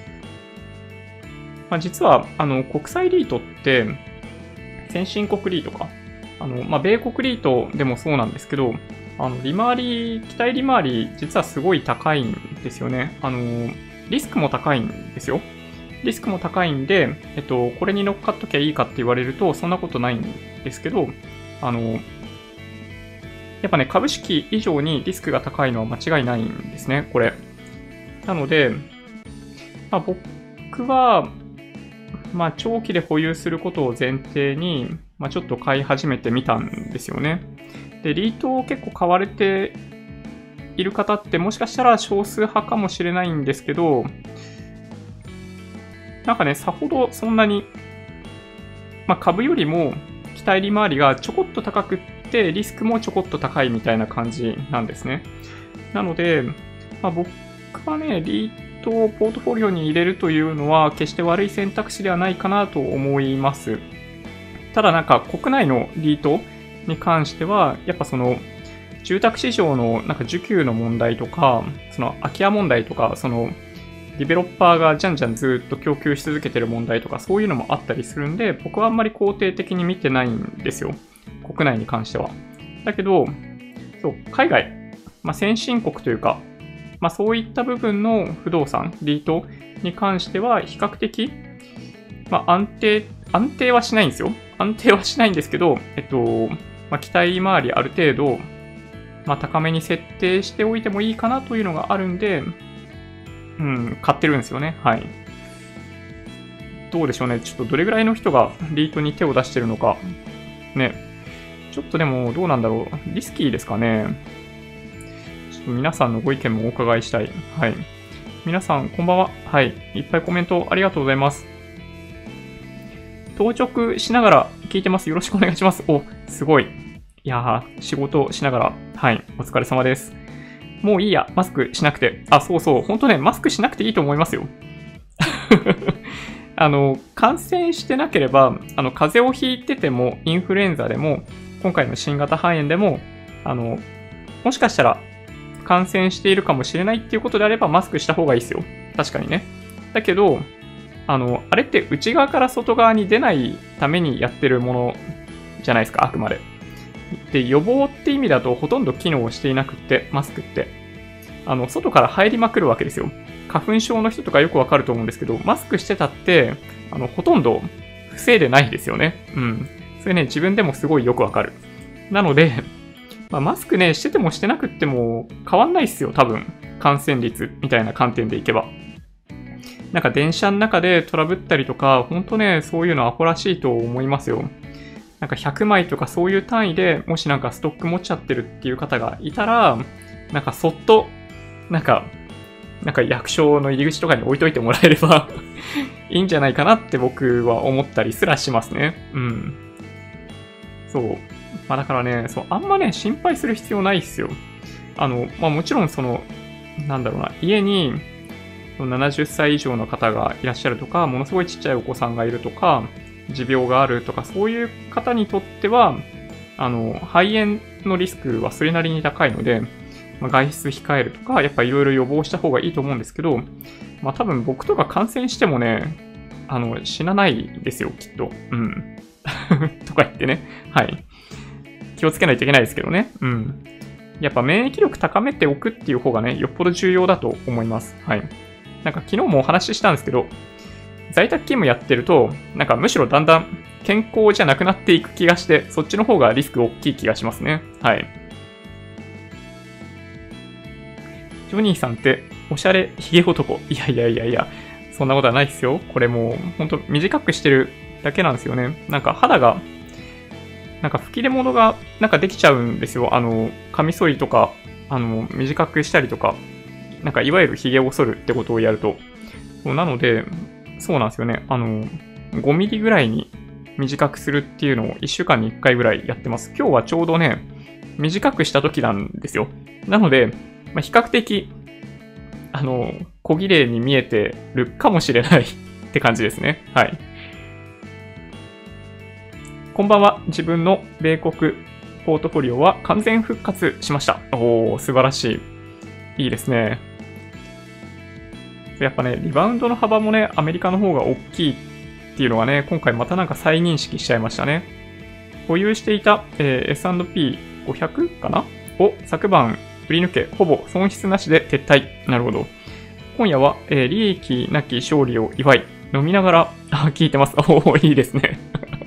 実は、国際リートって、先進国リートか。米国リートでもそうなんですけど、期待利回り、実はすごい高いんですよね。リスクも高いんですよ。リスクも高いんで、これに乗っかっときゃいいかって言われると、そんなことないんですけど、やっぱね、株式以上にリスクが高いのは間違いないんですね、これ。なので、僕は、長期で保有することを前提に、 ちょっと買い始めてみたんですよね。で、リートを結構買われている方ってもしかしたら少数派かもしれないんですけど、なんかね、さほどそんなに、株よりも期待利回りがちょこっと高くって、リスクもちょこっと高いみたいな感じなんですね。なので、僕はね、リートをポートフォリオに入れるというのは決して悪い選択肢ではないかなと思います。ただなんか国内のリートに関しては、やっぱその住宅市場のなんか需給の問題とか、その空き家問題とか、そのディベロッパーがじゃんじゃんずっと供給し続けてる問題とか、そういうのもあったりするんで、僕はあんまり肯定的に見てないんですよ。国内に関しては。だけど、そう、海外、先進国というか、そういった部分の不動産、リートに関しては、比較的、安定はしないんですよ。安定はしないんですけど、期待回りある程度、高めに設定しておいてもいいかなというのがあるんで、買ってるんですよね。はい。どうでしょうね。ちょっとどれぐらいの人がリートに手を出してるのか。ね。ちょっとでもどうなんだろう。リスキーですかね。ちょっと皆さんのご意見もお伺いしたい。はい。皆さん、こんばんは。はい。いっぱいコメントありがとうございます。当直しながら聞いてます。よろしくお願いします。お、すごい。いやー、仕事しながら。はい。お疲れ様です。もういいや、マスクしなくて。そうそう。ほんとね、マスクしなくていいと思いますよ。感染してなければ、風邪をひいてても、インフルエンザでも、今回の新型肺炎でも、もしかしたら感染しているかもしれないっていうことであれば、マスクした方がいいですよ。確かにね。だけど、あれって内側から外側に出ないためにやってるものじゃないですか、あくまで。で、予防って意味だとほとんど機能していなくって、マスクって。外から入りまくるわけですよ。花粉症の人とかよくわかると思うんですけど、マスクしてたって、ほとんど防いでないですよね。それね、自分でもすごいよくわかる。なので、マスクね、しててもしてなくっても変わんないっすよ、多分。感染率みたいな観点でいけば。なんか電車の中でトラブったりとか、ほんとね、そういうのアホらしいと思いますよ。なんか100枚とかそういう単位でもしなんかストック持っちゃってるっていう方がいたら、なんかそっと、なんか役所の入り口とかに置いといてもらえればいいんじゃないかなって僕は思ったりすらしますね。そう。だからね、そう、あんまね、心配する必要ないっすよ。もちろん家に70歳以上の方がいらっしゃるとか、ものすごいちっちゃいお子さんがいるとか、持病があるとか、そういう方にとっては、肺炎のリスクはそれなりに高いので、外出控えるとか、やっぱいろいろ予防した方がいいと思うんですけど、多分僕とか感染してもね、死なないですよ、きっと。とか言ってね。はい。気をつけないといけないですけどね。やっぱ免疫力高めておくっていう方がね、よっぽど重要だと思います。はい。なんか昨日もお話ししたんですけど、在宅勤務やってると、なんかむしろだんだん健康じゃなくなっていく気がして、そっちの方がリスク大きい気がしますね。はい。ジョニーさんっておしゃれヒゲ男。いや、そんなことはないですよ。これもうほんと短くしてるだけなんですよね。なんか肌が、なんか吹き出物がなんかできちゃうんですよ。カミソリとか、短くしたりとか、なんかいわゆるヒゲを剃るってことをやると。なので、そうなんですよね。5ミリぐらいに短くするっていうのを1週間に1回ぐらいやってます。今日はちょうどね、短くした時なんですよ。なので、比較的、小綺麗に見えてるかもしれないって感じですね。はい。こんばんは。自分の米国ポートフォリオは完全復活しました。素晴らしい。いいですね。やっぱね、リバウンドの幅もね、アメリカの方が大きいっていうのがね、今回またなんか再認識しちゃいましたね。保有していた、S&P500 かなを昨晩売り抜け、ほぼ損失なしで撤退。なるほど。今夜は、利益なき勝利を祝い、飲みながら、聞いてます。いいですね。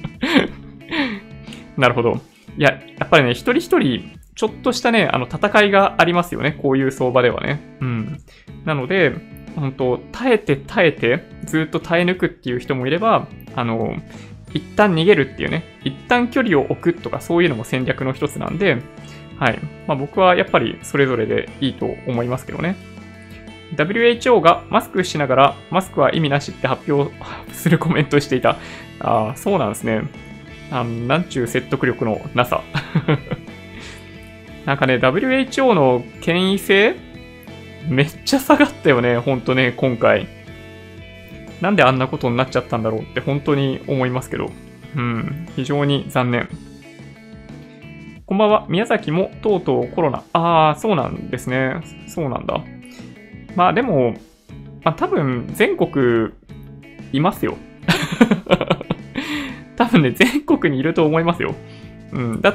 なるほど。いや、やっぱりね、一人一人、ちょっとしたね、戦いがありますよね。こういう相場ではね。なので、本当耐えて、ずっと耐え抜くっていう人もいれば、 一旦逃げるっていうね、一旦距離を置くとかそういうのも戦略の一つなんで、はい。まあ僕はやっぱりそれぞれでいいと思いますけどね。WHO がマスクしながらマスクは意味なしって発表するコメントをしていた。ああ、そうなんですね。なんちゅう説得力のなさ。なんかね、WHO の権威性めっちゃ下がったよね、ほんとね、今回。なんであんなことになっちゃったんだろうって本当に思いますけど。非常に残念。こんばんは、宮崎もとうとうコロナ。ああ、そうなんですね。そうなんだ。まあでも、多分全国いますよ。多分ね、全国にいると思いますよ。だって、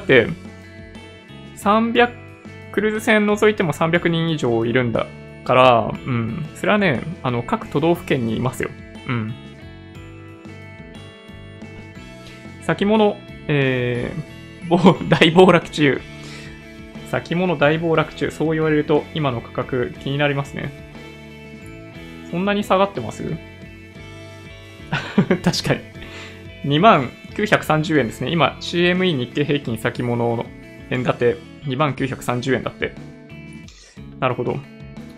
クルーズ船除いても300人以上いるんだから、それはね、各都道府県にいますよ。先物、大暴落中。先物大暴落中。そう言われると、今の価格気になりますね。そんなに下がってます確かに。2930円ですね。今、CME 日経平均先物の円建て、2930円だって。なるほど。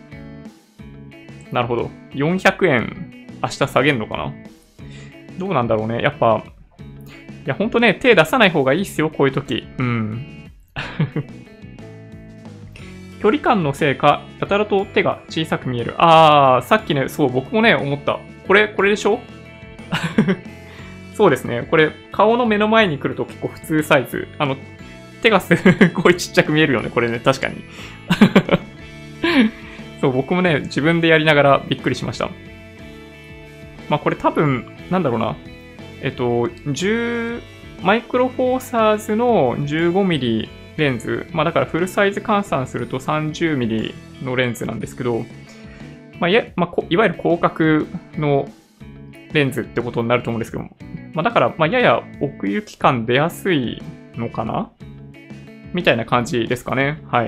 なるほど。400円、明日下げんのかな？どうなんだろうね。やっぱ、いや、ほんとね、手出さない方がいいっすよ、こういう時。距離感のせいか、やたらと手が小さく見える。さっきね、そう、僕もね、思った。これでしょそうですね。これ、顔の目の前に来ると結構普通サイズ。手がすごいちっちゃく見えるよね、これね、確かに。そう、僕もね、自分でやりながらびっくりしました。まあ、これ多分、なんだろうな。マイクロフォーサーズの 15mm レンズ。まあ、だからフルサイズ換算すると 30mm のレンズなんですけど、いわゆる広角のレンズってことになると思うんですけど、だから、やや奥行き感出やすいのかなみたいな感じですかね。はい。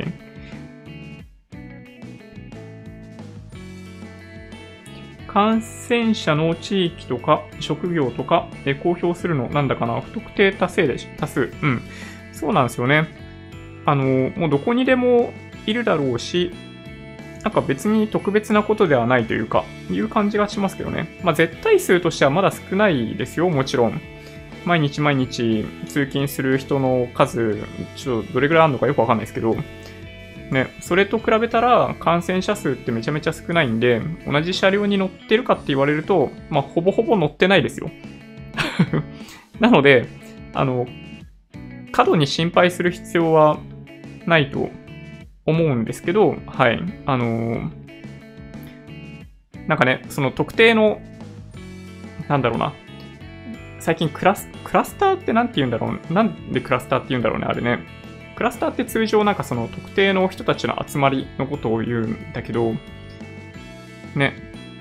感染者の地域とか職業とか公表するのなんだかな不特定多数。そうなんですよね。もうどこにでもいるだろうし、なんか別に特別なことではないという感じがしますけどね。絶対数としてはまだ少ないですよ、もちろん。毎日通勤する人の数、ちょっとどれぐらいあるのかよくわかんないですけど、ね、それと比べたら感染者数ってめちゃめちゃ少ないんで、同じ車両に乗ってるかって言われると、ほぼほぼ乗ってないですよ。なので、過度に心配する必要はないと思うんですけど、はい。なんかね、その特定の、なんだろうな、最近クラスターってなんて言うんだろう、なんでクラスターって言うんだろうね、あれね。クラスターって通常なんかその特定の人たちの集まりのことを言うんだけど、ね。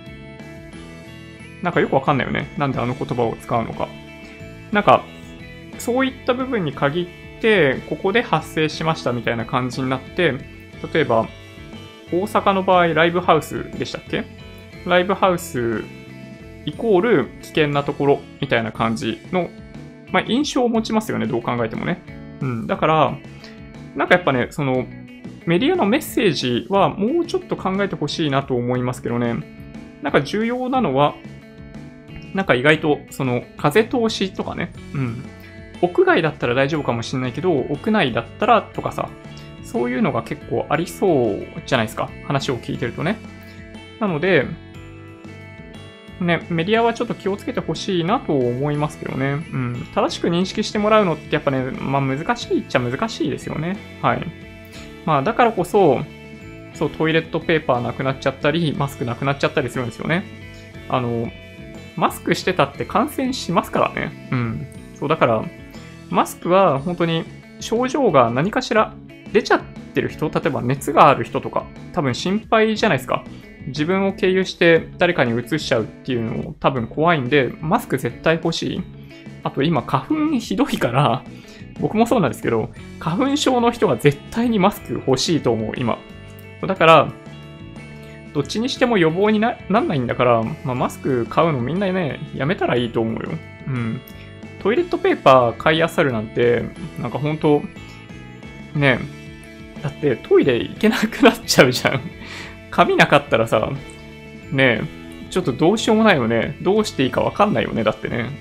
なんかよくわかんないよね。なんであの言葉を使うのか。なんか、そういった部分に限って、ここで発生しましたみたいな感じになって、例えば、大阪の場合、ライブハウスでしたっけ？ライブハウスイコール危険なところみたいな感じの、印象を持ちますよね、どう考えてもね。だから、なんかやっぱね、そのメディアのメッセージはもうちょっと考えてほしいなと思いますけどね。なんか重要なのは、なんか意外とその風通しとかね、屋外だったら大丈夫かもしれないけど、屋内だったらとかさ、そういうのが結構ありそうじゃないですか。話を聞いてるとね。なので、ね、メディアはちょっと気をつけてほしいなと思いますけどね。正しく認識してもらうのってやっぱね、難しいっちゃ難しいですよね。はい。だからこそ、トイレットペーパーなくなっちゃったり、マスクなくなっちゃったりするんですよね。マスクしてたって感染しますからね。だから、マスクは本当に症状が何かしら出ちゃってる人、例えば熱がある人とか、多分心配じゃないですか。自分を経由して誰かに移しちゃうっていうのも多分怖いんで、マスク絶対欲しい。あと今花粉ひどいから、僕もそうなんですけど、花粉症の人が絶対にマスク欲しいと思う、今。だから、どっちにしても予防になんないんだから、マスク買うのみんなね、やめたらいいと思うよ。 トイレットペーパー買い漁るなんて、なんか本当ねえ、だってトイレ行けなくなっちゃうじゃん。紙なかったらさ、ねえ、ちょっとどうしようもないよね。どうしていいかわかんないよね、だってね。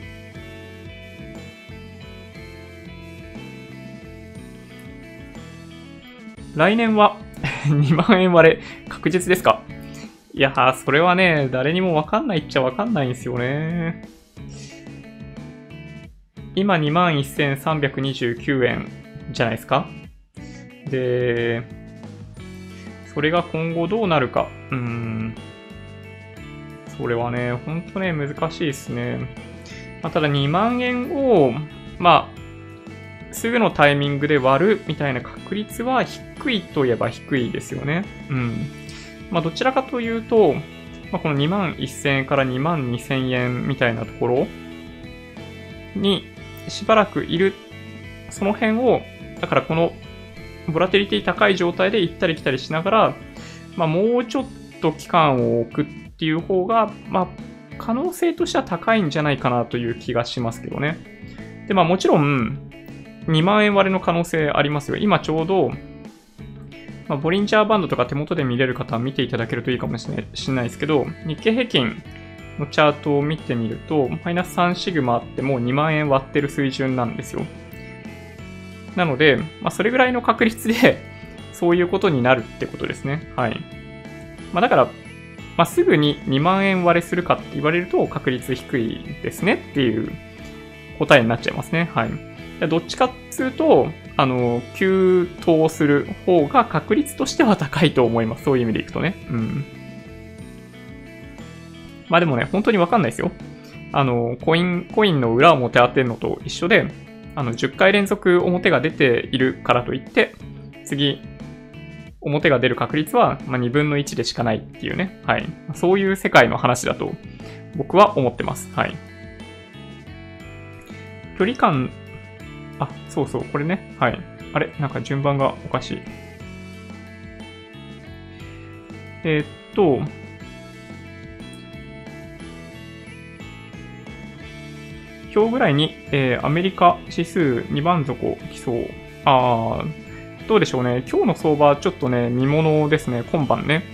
来年は2万円割れ確実ですか？いやー、それはね、誰にもわかんないっちゃわかんないんですよね。今21,329円じゃないですか。で、それが今後どうなるか。それはね、ほんとね、難しいですね。まあ、ただ2万円を、まあ、すぐのタイミングで割るみたいな確率は低いといえば低いですよね。まあ、どちらかというと、まあ、この21,000円から22,000円みたいなところにしばらくいる、その辺を、だからこのボラティリティ高い状態で行ったり来たりしながら、まあ、もうちょっと期間を置くっていう方が、まあ、可能性としては高いんじゃないかなという気がしますけどね。で、まあもちろん、2万円割れの可能性ありますよ。今ちょうど、まあ、ボリンジャーバンドとか手元で見れる方は見ていただけるといいかもしれないですけど、日経平均のチャートを見てみると、マイナス3シグマあっても2万円割ってる水準なんですよ。なので、まあ、それぐらいの確率でそういうことになるってことですね。はい。まあ、だから、まあ、すぐに2万円割れするかって言われると確率低いですねっていう答えになっちゃいますね。はい。どっちかっていうと、急騰する方が確率としては高いと思います。そういう意味でいくとね。まあでもね、本当にわかんないですよ。コインの裏表当てるのと一緒で、10回連続表が出ているからといって、次、表が出る確率は、まあ、2分の1でしかないっていうね。はい。そういう世界の話だと僕は思ってます。はい。距離感、そうそう、これね。はい。あれなんか順番がおかしい。今日ぐらいに、アメリカ指数2番底来そう。どうでしょうね。今日の相場ちょっとね、見物ですね。今晩ね。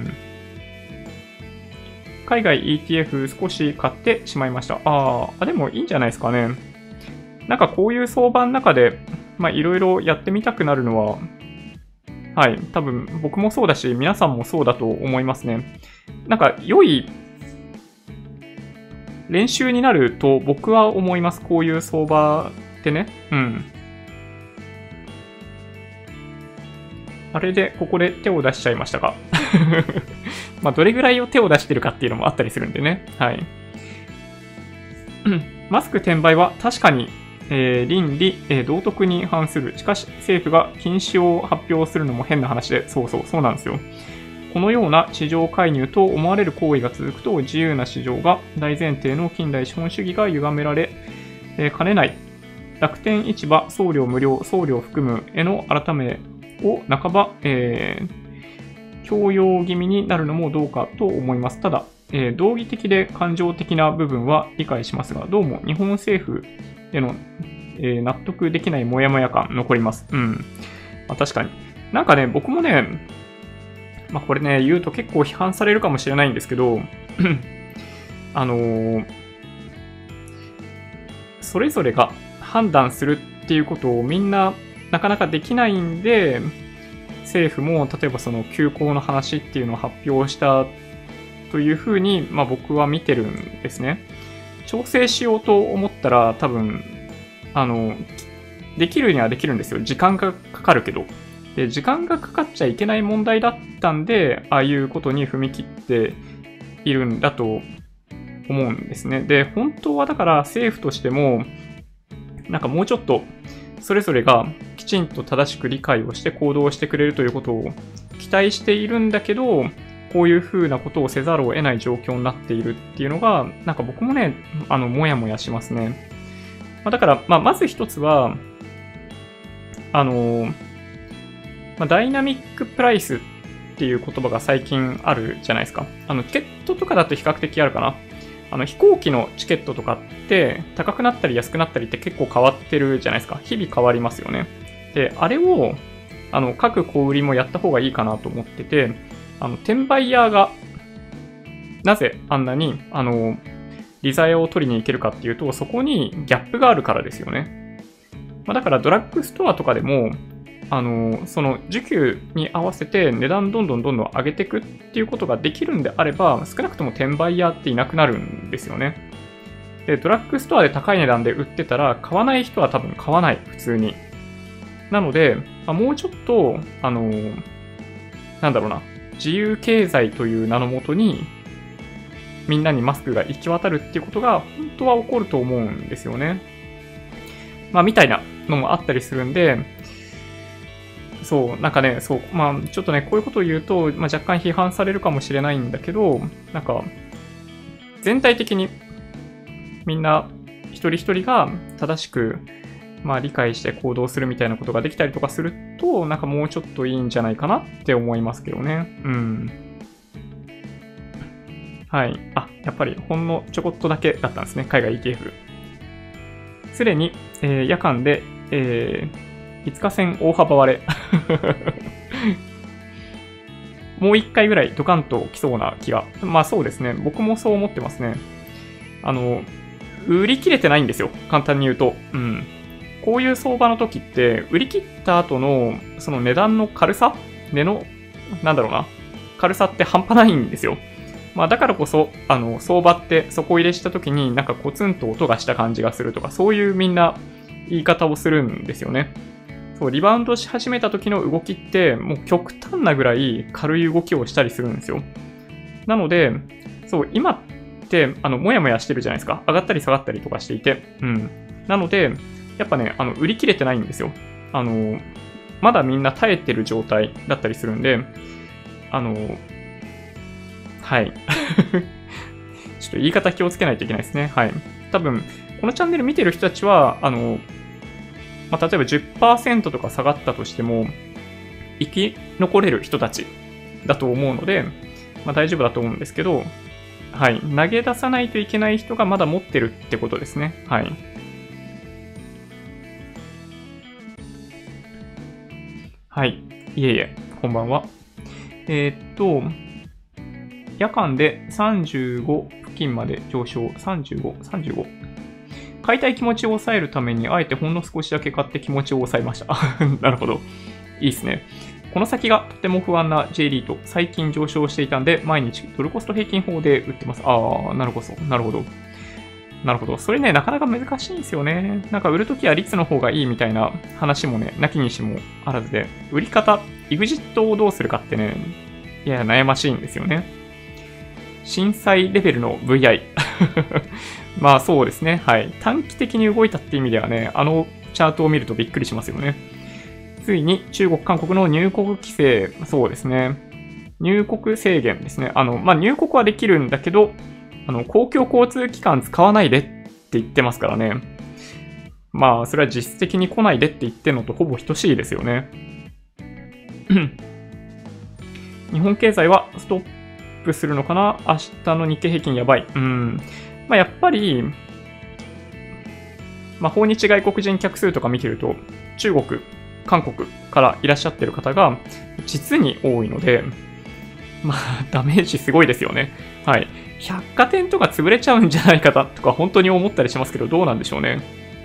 海外 ETF 少し買ってしまいました。でもいいんじゃないですかね。なんかこういう相場の中で、まあいろいろやってみたくなるのは、はい、多分僕もそうだし、皆さんもそうだと思いますね。なんか良い練習になると僕は思います。こういう相場ってね。あれで、ここで手を出しちゃいましたか。まあ、どれぐらいを手を出してるかっていうのもあったりするんでね。はい。マスク転売は確かに、倫理、道徳に反する。しかし、政府が禁止を発表するのも変な話で、そうなんですよ。このような市場介入と思われる行為が続くと、自由な市場が大前提の近代資本主義が歪められ、かねない。楽天市場、送料無料、送料含むへの改めを半ば、強要気味になるのもどうかと思います。ただ、道義的で感情的な部分は理解しますが、どうも日本政府への、納得できないモヤモヤ感残ります。確かに。なんかね、僕もね、まあこれね、言うと結構批判されるかもしれないんですけど、それぞれが判断するっていうことをみんななかなかできないんで、政府も例えばその休校の話っていうのを発表したというふうに、まあ、僕は見てるんですね。調整しようと思ったら多分、できるにはできるんですよ。時間がかかるけど。で、時間がかかっちゃいけない問題だったんで、ああいうことに踏み切っているんだと思うんですね。で、本当はだから政府としても、なんかもうちょっとそれぞれがきちんと正しく理解をして行動してくれるということを期待しているんだけど、こういうふうなことをせざるを得ない状況になっているっていうのが、なんか僕もね、もやもやしますね。だから、まず一つは、ダイナミックプライスっていう言葉が最近あるじゃないですか。チケットとかだと比較的あるかな。 飛行機のチケットとかって高くなったり安くなったりって結構変わってるじゃないですか。日々変わりますよね。で、あれを各小売りもやった方がいいかなと思ってて、転売ヤーがなぜあんなに利ざやを取りに行けるかっていうと、そこにギャップがあるからですよね。だからドラッグストアとかでもその需給に合わせて値段どんどん上げていくっていうことができるんであれば、少なくとも転売ヤーっていなくなるんですよね。で、ドラッグストアで高い値段で売ってたら、買わない人は多分買わない、普通に。なので、もうちょっと、なんだろうな、自由経済という名のもとに、みんなにマスクが行き渡るっていうことが、本当は起こると思うんですよね。みたいなのもあったりするんで、そう、なんかね、そう、ちょっとね、こういうことを言うと、若干批判されるかもしれないんだけど、なんか、全体的にみんな一人一人が正しく、理解して行動するみたいなことができたりとかすると、なんかもうちょっといいんじゃないかなって思いますけどね。はい。やっぱりほんのちょこっとだけだったんですね、海外 ETF。すでに、夜間で、5日線大幅割れ。もう1回ぐらいドカンと来そうな気が。そうですね。僕もそう思ってますね。売り切れてないんですよ。簡単に言うと。こういう相場の時って、売り切った後の、その値段の軽さなんだろうな。軽さって半端ないんですよ。だからこそ、相場って底入れした時になんかコツンと音がした感じがするとか、そういうみんな言い方をするんですよね。そう、リバウンドし始めた時の動きって、もう極端なぐらい軽い動きをしたりするんですよ。なので、そう、今って、もやもやしてるじゃないですか。上がったり下がったりとかしていて。なので、やっぱね、売り切れてないんですよ。まだみんな耐えてる状態だったりするんで、はい。ちょっと言い方気をつけないといけないですね。はい。多分、このチャンネル見てる人たちは、例えば 10% とか下がったとしても、生き残れる人たちだと思うので、大丈夫だと思うんですけど、はい。投げ出さないといけない人がまだ持ってるってことですね。はい。はい。いえいえ、こんばんは。夜間で35付近まで上昇。35。買いたい気持ちを抑えるために、あえてほんの少しだけ買って気持ちを抑えました。なるほど。いいですね。この先がとても不安な J リート。最近上昇していたんで、毎日ドルコスト平均法で売ってます。なるほど。なるほど。それね、なかなか難しいんですよね。なんか売るときは率の方がいいみたいな話もね、なきにしもあらずで、売り方、EXIT をどうするかってね、いや、悩ましいんですよね。震災レベルの VI。そうですね。はい。短期的に動いたって意味ではね、チャートを見るとびっくりしますよね。ついに中国、韓国の入国規制、そうですね。入国制限ですね。入国はできるんだけど、公共交通機関使わないでって言ってますからね。それは実質的に来ないでって言ってるのとほぼ等しいですよね。日本経済はストップするのかな？明日の日経平均やばい。やっぱり、訪日外国人客数とか見てると、中国、韓国からいらっしゃってる方が実に多いので、ダメージすごいですよね。はい。百貨店とか潰れちゃうんじゃないかとか本当に思ったりしますけど、どうなんでしょうね。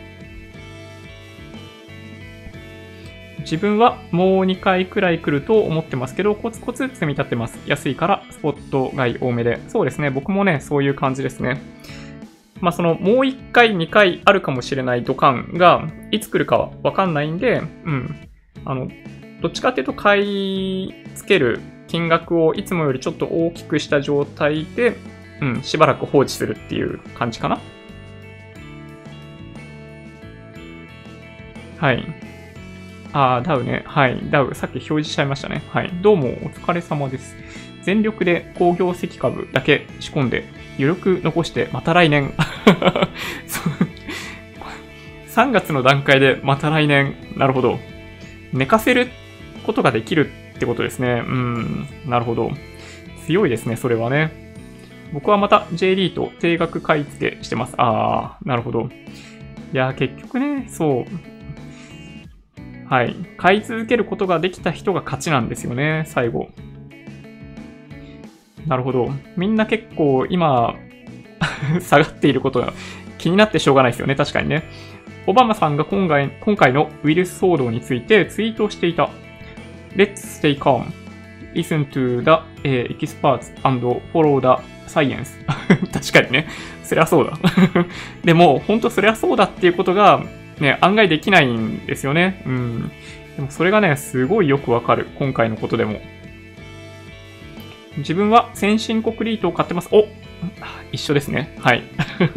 自分はもう2回くらい来ると思ってますけど、コツコツ積み立てます。安いからスポット買い多めで。そうですね。僕もね、そういう感じですね。そのもう1回、2回あるかもしれないドカンがいつ来るかはわかんないんで、どっちかっていうと買い付ける金額をいつもよりちょっと大きくした状態で、しばらく放置するっていう感じかな。はい。ダウね。はい。ダウ、さっき表示しちゃいましたね。はい。どうもお疲れ様です。全力で工業石株だけ仕込んで、余力残してまた来年。3月の段階でまた来年。なるほど。寝かせることができるってことですね。なるほど。強いですね、それはね。 僕はまた J リート定額買い付けしてます。あー、なるほど。いや、結局ね、そう。はい。買い続けることができた人が勝ちなんですよね、最後。なるほど。みんな結構今、下がっていることが気になってしょうがないですよね、確かにね。オバマさんが今回のウイルス騒動についてツイートをしていた。Let's stay calm. Listen to the experts and follow the science. 確かにね。そりゃそうだ。でも、本当そりゃそうだっていうことが、ね、案外できないんですよね。うん。でもそれがね、すごいよくわかる。今回のことでも。自分は先進国リートを買ってます。お、一緒ですね。はい。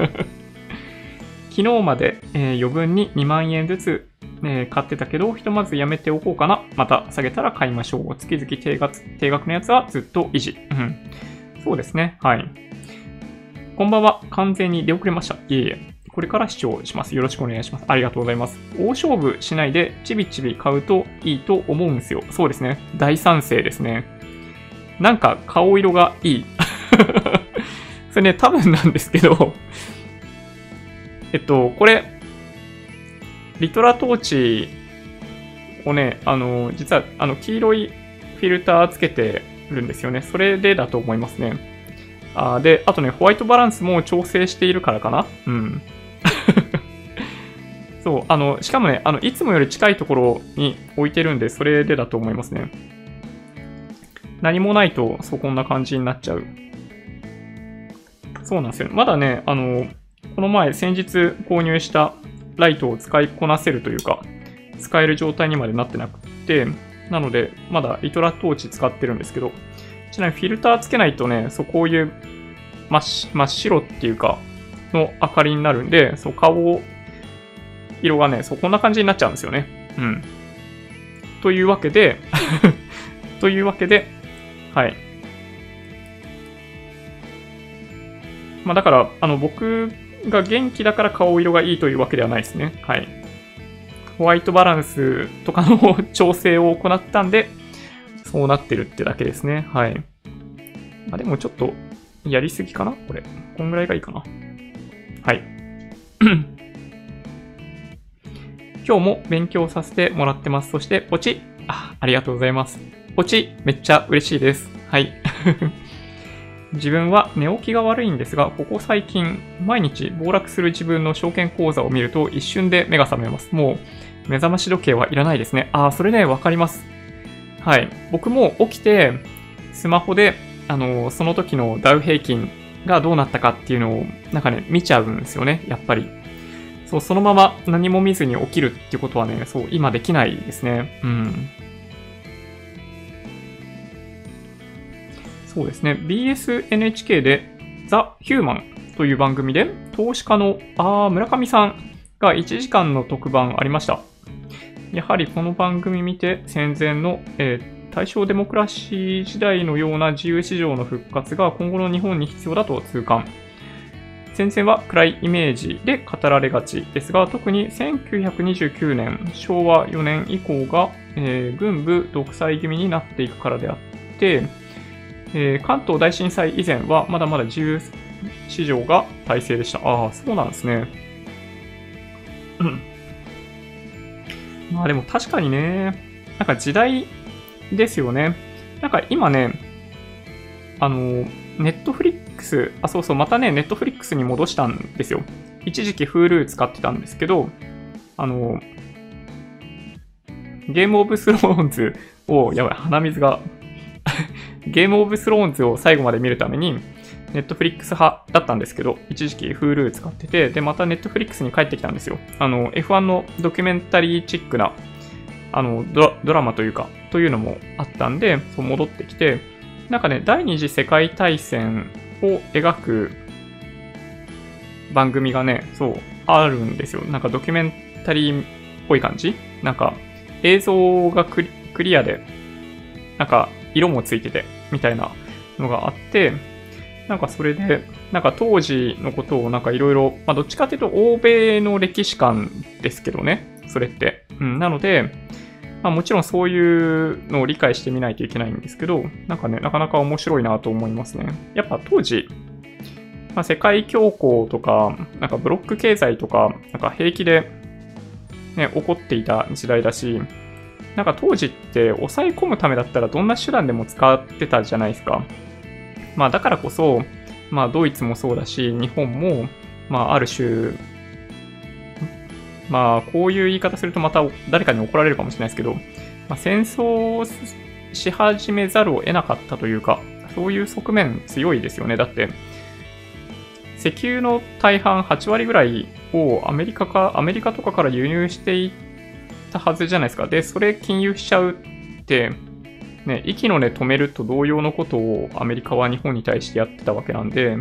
昨日まで、余分に2万円ずつ、買ってたけど、ひとまずやめておこうかな。また下げたら買いましょう。月々定額のやつはずっと維持。うん。そうですね。はい。こんばんは。完全に出遅れました。いえいえ。これから視聴します。よろしくお願いします。ありがとうございます。大勝負しないで、ちびちび買うといいと思うんですよ。そうですね。大賛成ですね。なんか顔色がいい。それね、多分なんですけど、これ、リトラトーチをね、実は、黄色いフィルターつけてるんですよね。それでだと思いますね。で、あとね、ホワイトバランスも調整しているからかな。うん。そう、しかもね、いつもより近いところに置いてるんで、それでだと思いますね。何もないと、そう、こんな感じになっちゃう。そうなんですよ。まだね、この前、先日購入したライトを使いこなせるというか、使える状態にまでなってなくて、なので、まだリトラトーチ使ってるんですけど、ちなみにフィルターつけないとね、そう、こういう真っ白っていうか、の明かりになるんで、そう、顔色がね、そう、こんな感じになっちゃうんですよね。うん。というわけで、はい。まあだから、僕が元気だから顔色がいいというわけではないですね。はい。ホワイトバランスとかの調整を行ったんで、そうなってるってだけですね。はい。まあでもちょっと、やりすぎかなこれ。こんぐらいがいいかな。はい。今日も勉強させてもらってます。そして、ポチありがとうございます。ポチめっちゃ嬉しいです。はい。自分は寝起きが悪いんですが、ここ最近、毎日暴落する自分の証券口座を見ると一瞬で目が覚めます。もう、目覚まし時計はいらないですね。それね、わかります。はい。僕も起きて、スマホで、その時のダウ平均がどうなったかっていうのを、なんかね、見ちゃうんですよね、やっぱり。そう、そのまま何も見ずに起きるっていうことはね、そう、今できないですね。うん。そうですね。BSNHK でザ・ヒューマンという番組で投資家の村上さんが1時間の特番ありました。やはりこの番組見て戦前の、大正デモクラシー時代のような自由市場の復活が今後の日本に必要だと痛感。戦前は暗いイメージで語られがちですが、特に1929年、昭和4年以降が、軍部独裁気味になっていくからであって、関東大震災以前はまだまだ自由市場が大勢でした。そうなんですね。まあでも確かにね、なんか時代ですよね。なんか今ね、ネットフリックス、そうそう、またね、ネットフリックスに戻したんですよ。一時期 Hulu 使ってたんですけど、ゲームオブスローンズを、やばい、鼻水がゲームオブスローンズを最後まで見るために、ネットフリックス派だったんですけど、一時期 Hulu 使ってて、で、またネットフリックスに帰ってきたんですよ。F1 のドキュメンタリーチックな、ドラマというか、というのもあったんで、そう戻ってきて、なんかね、第二次世界大戦を描く番組がね、そう、あるんですよ。なんかドキュメンタリーっぽい感じ？なんか、映像がクリアで、なんか、色もついてて、みたいなのがあって、なんかそれで、なんか当時のことをなんかいろいろ、まあどっちかっていうと欧米の歴史観ですけどね、それって。なので、まあもちろんそういうのを理解してみないといけないんですけど、なんかね、なかなか面白いなと思いますね。やっぱ当時、 まあ、世界恐慌とか、なんかブロック経済とか、なんか平気で、ね、起こっていた時代だし、なんか当時って抑え込むためだったらどんな手段でも使ってたじゃないですか。まあだからこそ、まあドイツもそうだし、日本も、まあある種、まあこういう言い方するとまた誰かに怒られるかもしれないですけど、まあ、戦争をし始めざるを得なかったというか、そういう側面強いですよね。だって、石油の大半8割ぐらいをアメリカとかから輸入していったはずじゃないですか。で、それ禁輸しちゃうって、ね、息の根止めると同様のことをアメリカは日本に対してやってたわけなんで、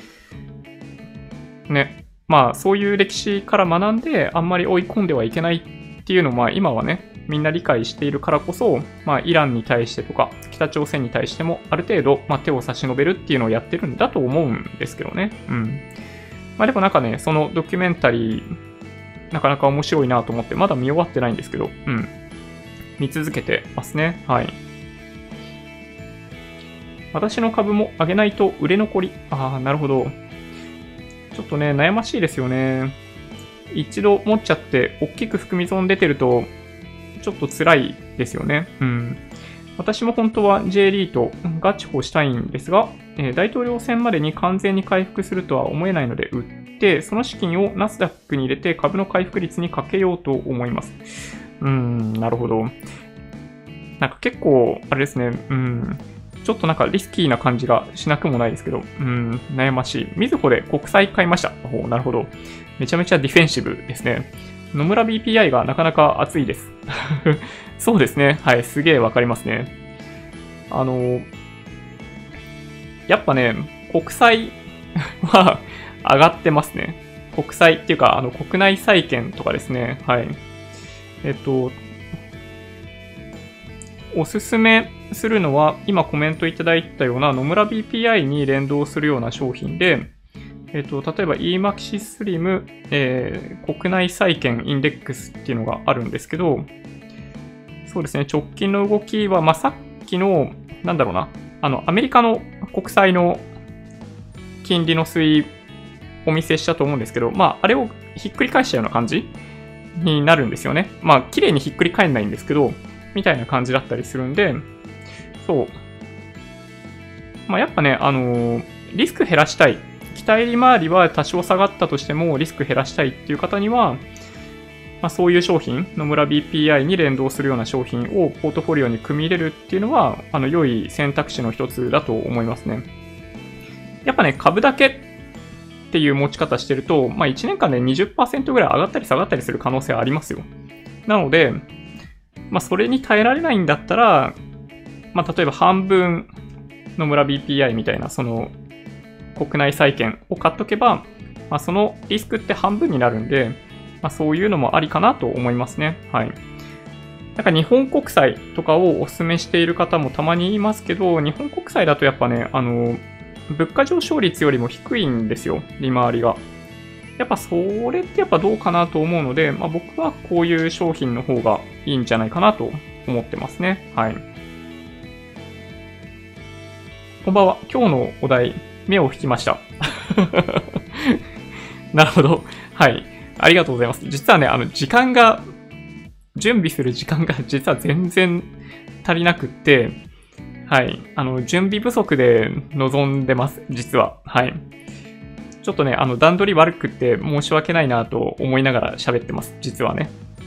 ね、まあそういう歴史から学んであんまり追い込んではいけないっていうのをまあ今はね、みんな理解しているからこそ、まあイランに対してとか北朝鮮に対してもある程度、まあ、手を差し伸べるっていうのをやってるんだと思うんですけどね。うん。まあでもなんかね、そのドキュメンタリー、なかなか面白いなと思って、まだ見終わってないんですけど、うん。見続けてますね。はい。私の株も上げないと売れ残り。ああ、なるほど。ちょっとね、悩ましいですよね。一度持っちゃって、大きく含み損出てると、ちょっと辛いですよね。うん。私も本当は J リートガチホしたいんですが、大統領選までに完全に回復するとは思えないので売って、その資金をナスダックに入れて株の回復率にかけようと思います。なるほど。なんか結構、あれですね、ちょっとなんかリスキーな感じがしなくもないですけど、悩ましい。みずほで国債買いました。なるほど。めちゃめちゃディフェンシブですね。野村 BPI がなかなか熱いです。そうですね。はい、すげえわかりますね。やっぱね、国債は上がってますね。国債っていうか、国内債券とかですね。はい。おすすめするのは、今コメントいただいたような野村 BPI に連動するような商品で、例えば EMAXI Slim、国内債券インデックスっていうのがあるんですけど、そうですね、直近の動きは、まあ、さっきの、なんだろうな、アメリカの国債の金利の推移お見せしたと思うんですけど、まあ、あれをひっくり返したような感じになるんですよね。まあ、綺麗にひっくり返んないんですけど、みたいな感じだったりするんで、そう。まあ、やっぱね、リスク減らしたい。期待利回りは多少下がったとしてもリスク減らしたいっていう方には、まあ、そういう商品、野村 BPI に連動するような商品をポートフォリオに組み入れるっていうのは、良い選択肢の一つだと思いますね。やっぱね、株だけっていう持ち方してると、まあ、1年間で 20% ぐらい上がったり下がったりする可能性はありますよ。なので、まあ、それに耐えられないんだったら、まあ、例えば半分野村 BPI みたいな、その、国内債券を買っとけば、まあ、そのリスクって半分になるんで、まあ、そういうのもありかなと思いますね。はい。なんか日本国債とかをお勧めしている方もたまにいますけど、日本国債だとやっぱね、物価上昇率よりも低いんですよ、利回りが。やっぱそれってやっぱどうかなと思うので、まあ、僕はこういう商品の方がいいんじゃないかなと思ってますね。はい。こんばんは。今日のお題、目を引きました。なるほど。はい。ありがとうございます。実はね、準備する時間が実は全然足りなくって、はい。準備不足で臨んでます。実は。はい。ちょっとね、段取り悪くって申し訳ないなと思いながら喋ってます。実はね。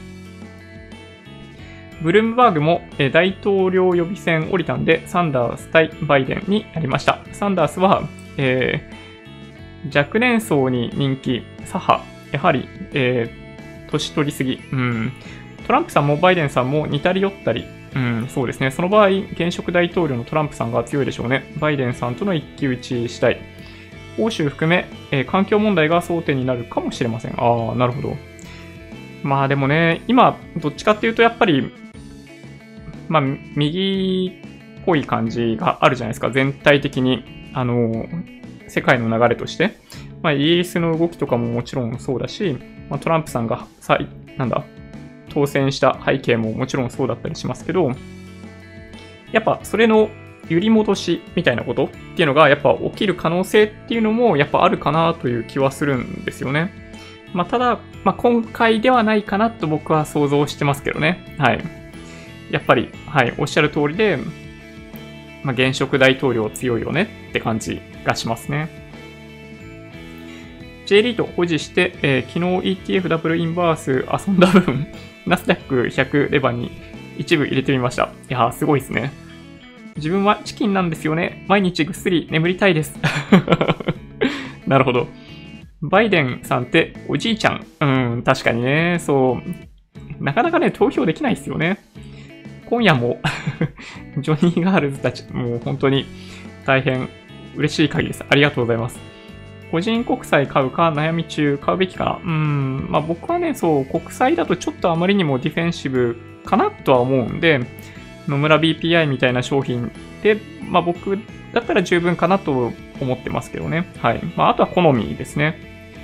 ブルームバーグも大統領予備選降りたんで、サンダース対バイデンになりました。サンダースは、若年層に人気、左派、やはり、年取りすぎ、トランプさんもバイデンさんも似たり寄ったり、そうですね。その場合、現職大統領のトランプさんが強いでしょうね。バイデンさんとの一騎打ちしたい。欧州含め、環境問題が争点になるかもしれません。ああ、なるほど。まあでもね、今、どっちかっていうとやっぱり、まあ、右っぽい感じがあるじゃないですか。全体的に、世界の流れとして。まあ、イギリスの動きとかももちろんそうだし、まあ、トランプさんが当選した背景ももちろんそうだったりしますけど、やっぱそれの揺り戻しみたいなことっていうのがやっぱ起きる可能性っていうのもやっぱあるかなという気はするんですよね。ただ、今回ではないかなと僕は想像してますけどね。はい。やっぱり、はい、おっしゃる通りで、現職大統領強いよねって感じがしますね。J リート保持して、昨日 ETF ダブルインバース遊んだ分、ナスダック100レバーに一部入れてみました。いやー、すごいですね。自分はチキンなんですよね。毎日ぐっすり眠りたいです。なるほど。バイデンさんっておじいちゃん。確かにね。そう。なかなかね、投票できないですよね。今夜もジョニーガールズたち、もう本当に大変嬉しい限りです。ありがとうございます。個人国債買うか悩み中、買うべきかな。僕はね、そう、国債だとちょっとあまりにもディフェンシブかなとは思うんで、野村 BPI みたいな商品で、僕だったら十分かなと思ってますけどね。はい。あとは好みですね。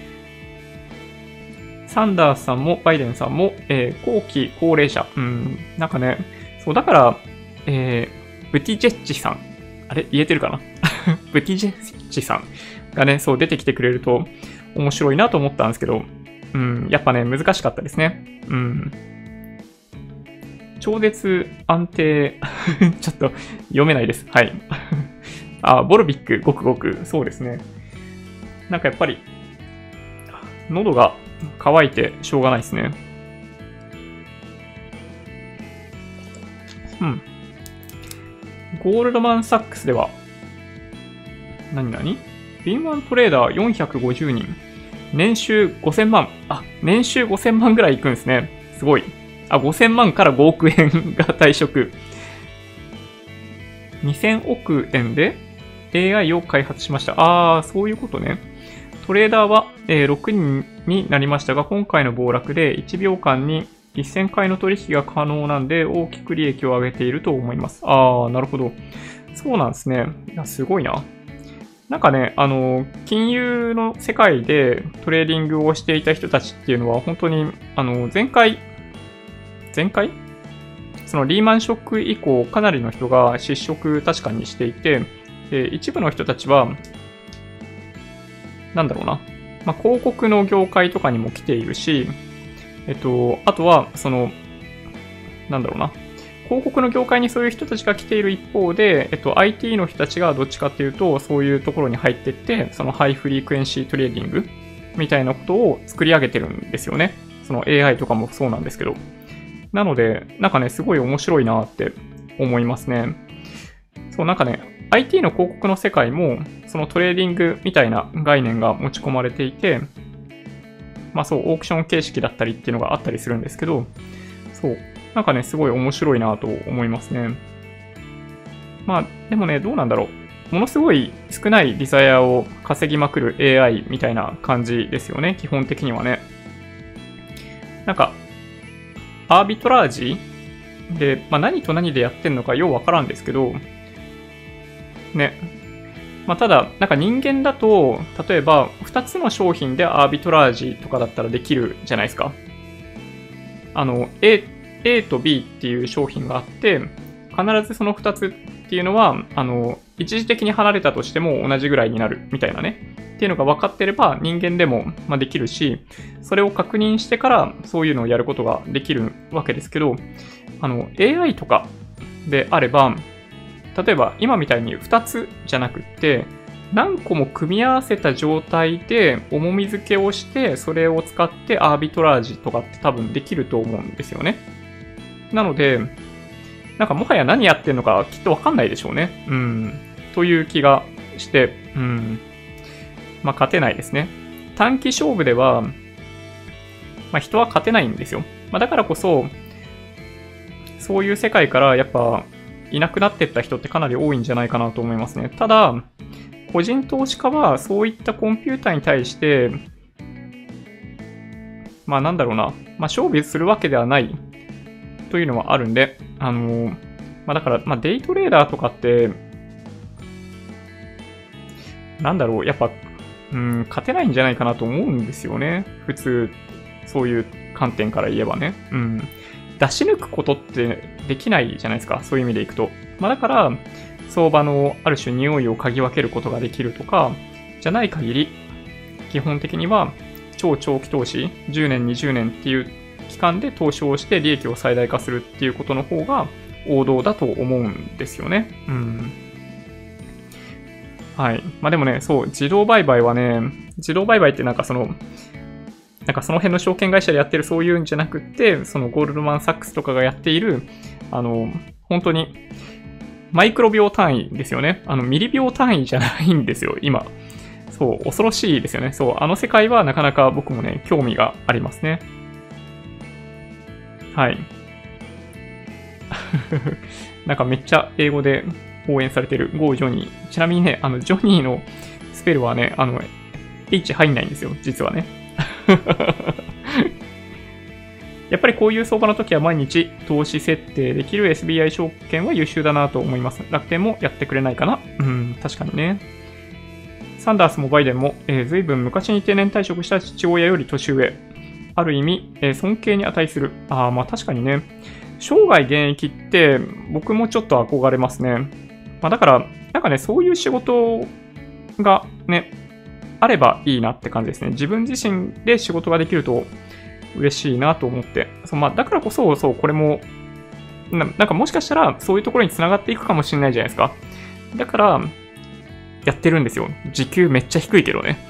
サンダースさんもバイデンさんも、後期高齢者。なんかね、そう、だから、ブティジェッジさん。あれ言えてるかなブティジェッジさんがね、そう出てきてくれると面白いなと思ったんですけど、やっぱね、難しかったですね。超絶安定ちょっと読めないです。はい。ボルビック、ごくごく、そうですね。なんかやっぱり、喉が乾いてしょうがないですね。ゴールドマンサックスでは、敏腕トレーダー450人。年収5000万。年収5000万ぐらいいくんですね。すごい。5000万から5億円が退職。2000億円で AI を開発しました。そういうことね。トレーダーは、6人になりましたが、今回の暴落で1秒間に1000回の取引が可能なんで、大きく利益を上げていると思います。なるほど。そうなんですね。いや、すごいな。なんかね、金融の世界でトレーディングをしていた人たちっていうのは、本当に、前回そのリーマンショック以降、かなりの人が失職確かにしていて、一部の人たちは、広告の業界とかにも来ているし、あとは、広告の業界にそういう人たちが来ている一方で、IT の人たちがどっちかっていうと、そういうところに入っていって、そのハイフリークエンシートレーディングみたいなことを作り上げてるんですよね。その AI とかもそうなんですけど。なので、すごい面白いなって思いますね。そう、IT の広告の世界も、そのトレーディングみたいな概念が持ち込まれていて、そう、オークション形式だったりっていうのがあったりするんですけど、そう、すごい面白いなと思いますね。でもね、どうなんだろう。ものすごい少ないリザヤを稼ぎまくる AI みたいな感じですよね、基本的にはね。アービトラージで、何と何でやってんのかようわからんですけど、ね。ただ、人間だと、例えば、2つの商品でアービトラージとかだったらできるじゃないですか。A と B っていう商品があって、必ずその2つっていうのは、一時的に離れたとしても同じぐらいになるみたいなね。っていうのが分かってれば人間でもできるし、それを確認してからそういうのをやることができるわけですけど、AI とかであれば、例えば今みたいに2つじゃなくって、何個も組み合わせた状態で重み付けをして、それを使ってアービトラージとかって多分できると思うんですよね。なので、もはや何やってんのかきっとわかんないでしょうね。という気がして、勝てないですね。短期勝負では、人は勝てないんですよ。だからこそ、そういう世界からやっぱいなくなってった人ってかなり多いんじゃないかなと思いますね。ただ、個人投資家はそういったコンピューターに対して、勝負するわけではないというのはあるんで、だから、デイトレーダーとかって、やっぱ、勝てないんじゃないかなと思うんですよね。普通、そういう観点から言えばね。出し抜くことってできないじゃないですか。そういう意味でいくと。だから、 相場のある種匂いを嗅ぎ分けることができるとか、じゃない限り、基本的には超長期投資、10年、20年っていう期間で投資をして利益を最大化するっていうことの方が王道だと思うんですよね。はい。まあでもね、そう、自動売買はね、自動売買ってなんかその辺の証券会社でやってるそういうんじゃなくって、そのゴールドマン・サックスとかがやっている、本当に、マイクロ秒単位ですよね。ミリ秒単位じゃないんですよ、今。そう、恐ろしいですよね。そう、あの世界はなかなか僕もね、興味がありますね。はい。なんかめっちゃ英語で応援されてる Go ジョニー。ちなみにね、ジョニーのスペルはね、H 入んないんですよ、実はね。やっぱりこういう相場の時は毎日投資設定できる SBI 証券は優秀だなと思います。楽天もやってくれないかな。確かにね。サンダースもバイデンも、随分昔に定年退職した父親より年上。ある意味、尊敬に値する。まあ確かにね。生涯現役って僕もちょっと憧れますね。まあだから、なんかね、そういう仕事がね、あればいいなって感じですね。自分自身で仕事ができると嬉しいなと思って。まあ、だからこそ、これもなんかもしかしたらそういうところに繋がっていくかもしれないじゃないですか。だから、やってるんですよ。時給めっちゃ低いけどね。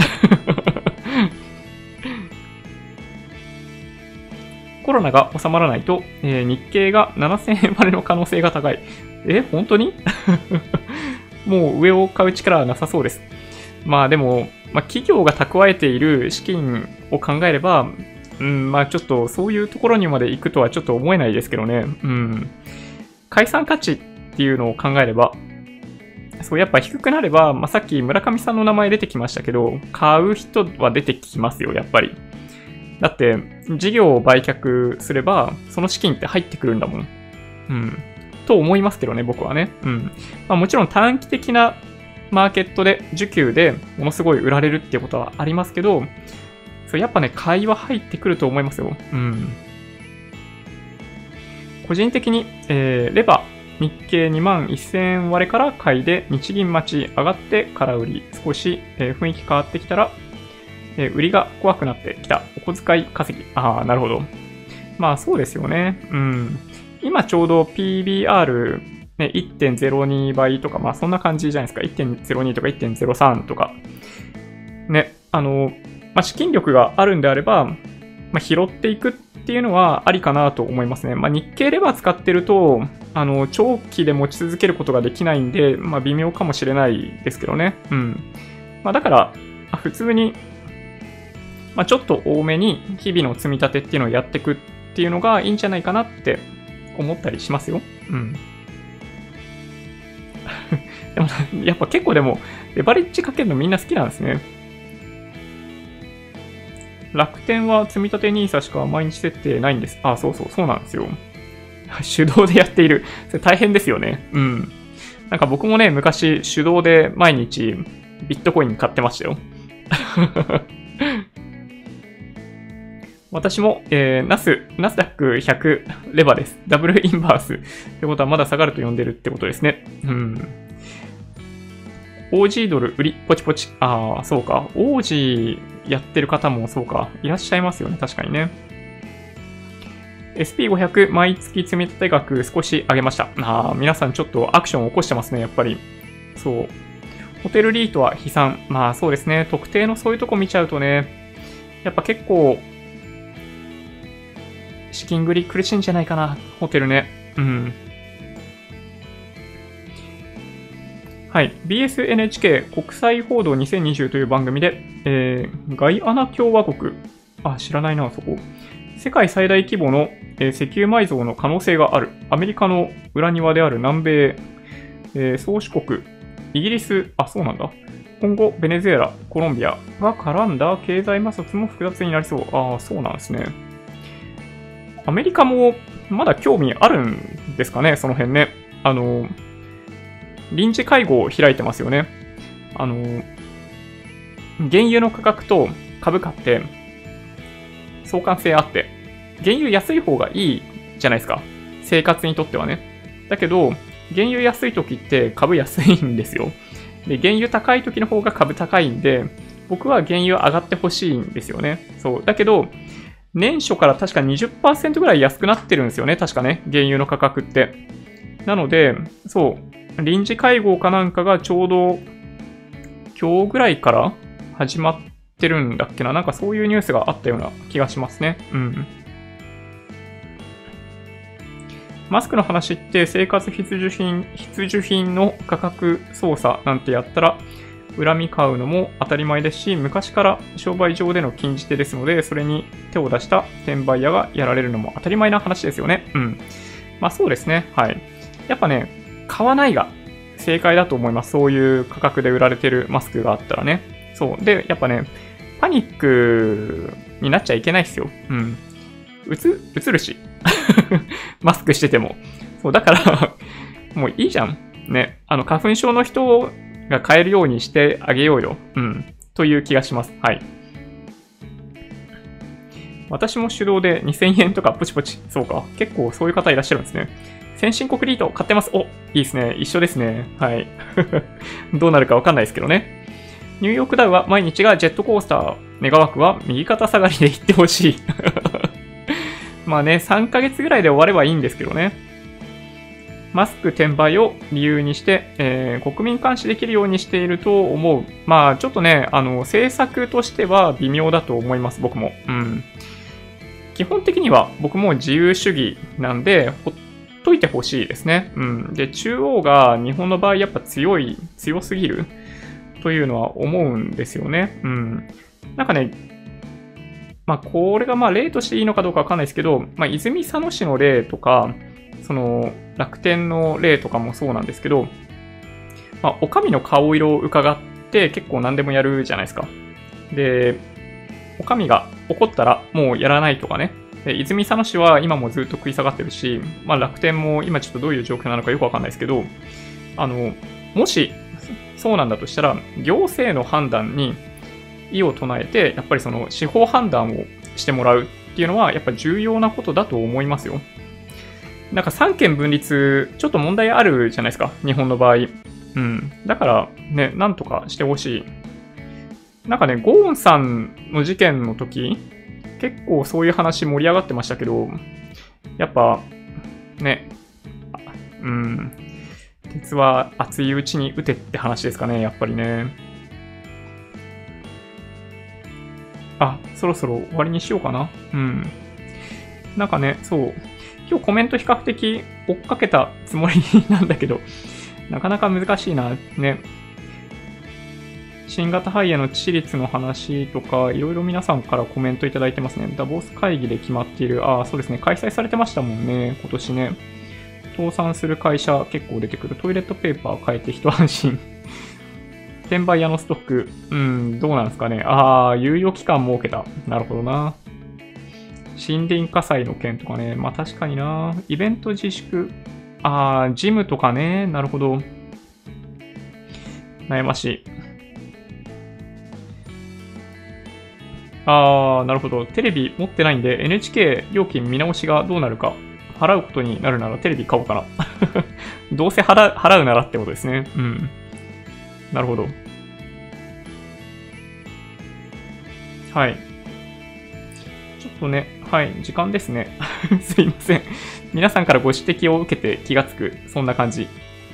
コロナが収まらないと、日経が7000円割れの可能性が高い。本当にもう上を買う力はなさそうです。まあでも、企業が蓄えている資金を考えれば、まあちょっとそういうところにまで行くとはちょっと思えないですけどね。解散価値っていうのを考えれば、そうやっぱ低くなれば、さっき村上さんの名前出てきましたけど、買う人は出てきますよ、やっぱり。だって、事業を売却すれば、その資金って入ってくるんだもん。と思いますけどね、僕はね。もちろん短期的なマーケットで、需給でものすごい売られるっていうことはありますけど、やっぱね、買いは入ってくると思いますよ。個人的に、レバー、日経2万1000円割れから買いで、日銀待ち上がってから売り、少し、雰囲気変わってきたら、売りが怖くなってきた。お小遣い稼ぎ。なるほど。まあそうですよね。今ちょうど PBR、ね、1.02 倍とか、そんな感じじゃないですか。1.02 とか 1.03 とか。ね、資金力があるんであれば、拾っていくっていうのはありかなと思いますね。日経レバー使ってると、長期で持ち続けることができないんで、微妙かもしれないですけどね。だから、普通に、ちょっと多めに日々の積み立てっていうのをやっていくっていうのがいいんじゃないかなって思ったりしますよ。でもやっぱ結構でも、レバレッジかけるのみんな好きなんですね。楽天は積み立て NISA しか毎日設定ないんです。そうなんですよ。手動でやっている。それ大変ですよね。なんか僕もね、昔手動で毎日ビットコイン買ってましたよ。私も、ナスダック100レバーです。ダブルインバース。ってことはまだ下がると呼んでるってことですね。OG ドル売り、ポチポチ。そうか。OG やってる方もそうか。いらっしゃいますよね。確かにね。SP500 毎月積み立て額少し上げました。皆さんちょっとアクションを起こしてますね。やっぱり。そう。ホテルリートは悲惨。そうですね。特定のそういうとこ見ちゃうとね。やっぱ結構、資金繰り苦しいんじゃないかな。ホテルね。はい。BSNHK 国際報道2020という番組で、ガイアナ共和国。知らないな、そこ。世界最大規模の、石油埋蔵の可能性がある。アメリカの裏庭である南米、宗主国、イギリス、そうなんだ。今後、ベネズエラ、コロンビアが絡んだ経済摩擦も複雑になりそう。そうなんですね。アメリカもまだ興味あるんですかね、その辺ね。臨時会合を開いてますよね。原油の価格と株価って相関性あって、原油安い方がいいじゃないですか。生活にとってはね。だけど、 原油安い時って株安いんですよ。で、原油高い時の方が株高いんで、僕は原油上がってほしいんですよね。そう。だけど、年初から確か 20% ぐらい安くなってるんですよね。確かね。原油の価格って。なので、そう。臨時会合かなんかがちょうど今日ぐらいから始まってるんだっけな。なんかそういうニュースがあったような気がしますね。うん。マスクの話って生活必需品の価格操作なんてやったら恨み買うのも当たり前ですし、昔から商売上での禁じ手ですので、それに手を出した転売屋がやられるのも当たり前な話ですよね。うん。まあそうですね。はい。やっぱね、買わないが正解だと思います。そういう価格で売られてるマスクがあったらね。そう。で、やっぱね、パニックになっちゃいけないですよ。うん。映るし。マスクしてても。そう、だからもういいじゃん。ね。花粉症の人が買えるようにしてあげようよ。うん。という気がします。はい。私も手動で2000円とかポチポチ。そうか。結構そういう方いらっしゃるんですね。先進国リート買ってます。お、いいですね。一緒ですね。はい。どうなるかわかんないですけどね。ニューヨークダウは毎日がジェットコースター。願わくは右肩下がりで行ってほしい。まあね、3ヶ月ぐらいで終わればいいんですけどね。マスク転売を理由にして、国民監視できるようにしていると思う。まあちょっとね、政策としては微妙だと思います、僕も。うん。基本的には僕も自由主義なんで、ほっといてほしいですね。うん。で、中央が日本の場合やっぱ強すぎるというのは思うんですよね。うん。なんかね、まあこれがまあ例としていいのかどうかわかんないですけど、まあ泉佐野市の例とか、その楽天の例とかもそうなんですけど、まあ、お上の顔色を伺って結構何でもやるじゃないですか。で、お上が怒ったらもうやらないとかね。で、泉佐野市は今もずっと食い下がってるし、まあ楽天も今ちょっとどういう状況なのかよくわかんないですけど、もしそうなんだとしたら、行政の判断に異を唱えて、やっぱりその司法判断をしてもらうっていうのはやっぱり重要なことだと思いますよ。なんか三権分立、ちょっと問題あるじゃないですか、日本の場合。うん。だからね、なんとかしてほしい。なんかね、ゴーンさんの事件の時、結構そういう話盛り上がってましたけど、やっぱ、ね、うん、鉄は熱いうちに撃てって話ですかね、やっぱりね。あ、そろそろ終わりにしようかな。うん。なんかね、そう。今日コメント比較的追っかけたつもりなんだけど、なかなか難しいな。ね。新型肺炎の致死率の話とか、いろいろ皆さんからコメントいただいてますね。ダボス会議で決まっている。ああ、そうですね。開催されてましたもんね。今年ね。倒産する会社結構出てくる。トイレットペーパー変えて一安心。転売屋のストック。どうなんですかね。ああ、猶予期間設けた。なるほどな。森林火災の件とかね。まあ確かにな。イベント自粛。ああ、ジムとかね。なるほど。悩ましい。ああ、なるほど。テレビ持ってないんで NHK 料金見直しがどうなるか。払うことになるならテレビ買おうかな。どうせ払うならってことですね。うん。なるほど。はい。ちょっとね、はい、時間ですね。すいません。皆さんからご指摘を受けて気がつく、そんな感じ。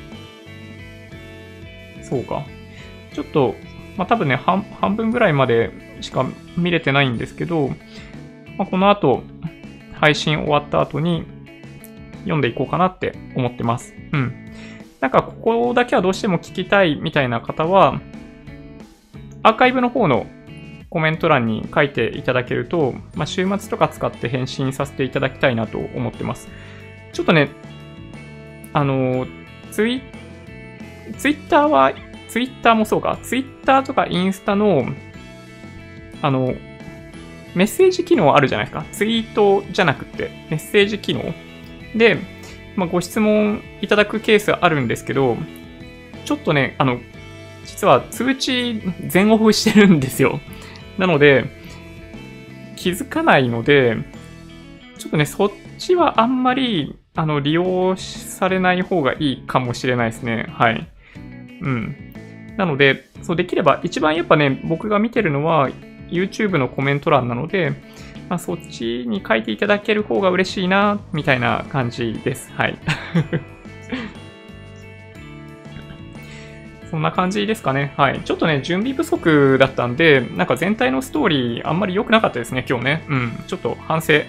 そうか。ちょっと、まあ、多分ね、半分ぐらいまでしか見れてないんですけど、まあ、この後、配信終わった後に読んでいこうかなって思ってます。うん。なんか、ここだけはどうしても聞きたいみたいな方は、アーカイブの方のコメント欄に書いていただけると、まあ、週末とか使って返信させていただきたいなと思ってます。ちょっとね、ツイッターもそうか、ツイッターとかインスタの、メッセージ機能あるじゃないですか。ツイートじゃなくて、メッセージ機能。で、まあ、ご質問いただくケースあるんですけど、ちょっとね、実は通知全オフしてるんですよ。なので、気づかないので、ちょっとね、そっちはあんまり利用されない方がいいかもしれないですね。はい。うん。なので、そうできれば、一番やっぱね、僕が見てるのは、YouTube のコメント欄なので、そっちに書いていただける方が嬉しいな、みたいな感じです。はい。そんな感じですかね。はい。ちょっとね、準備不足だったんで、なんか全体のストーリーあんまり良くなかったですね、今日ね。うん。ちょっと反省。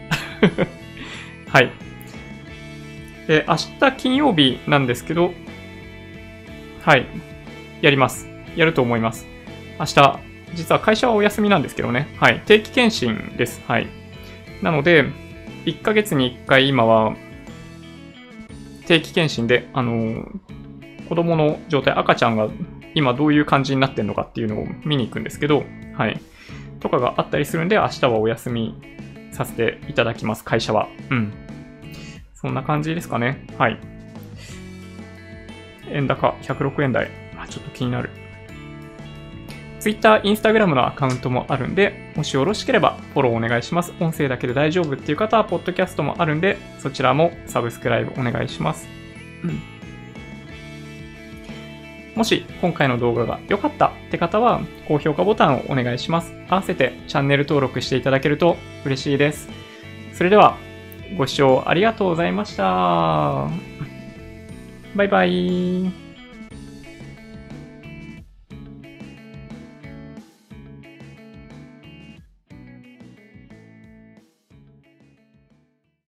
はい。明日金曜日なんですけど、はい。やります。やると思います。明日、実は会社はお休みなんですけどね。はい。定期検診です。はい。なので、1ヶ月に1回今は定期検診で、子供の状態、赤ちゃんが今どういう感じになってるのかっていうのを見に行くんですけど、はい。とかがあったりするんで、明日はお休みさせていただきます、会社は。うん。そんな感じですかね。はい。円高106円台。ちょっと気になる。Twitter、Instagram のアカウントもあるんで、もしよろしければフォローお願いします。音声だけで大丈夫っていう方は、ポッドキャストもあるんで、そちらもサブスクライブお願いします。もし今回の動画が良かったって方は、高評価ボタンをお願いします。合わせてチャンネル登録していただけると嬉しいです。それでは、ご視聴ありがとうございました。バイバイ。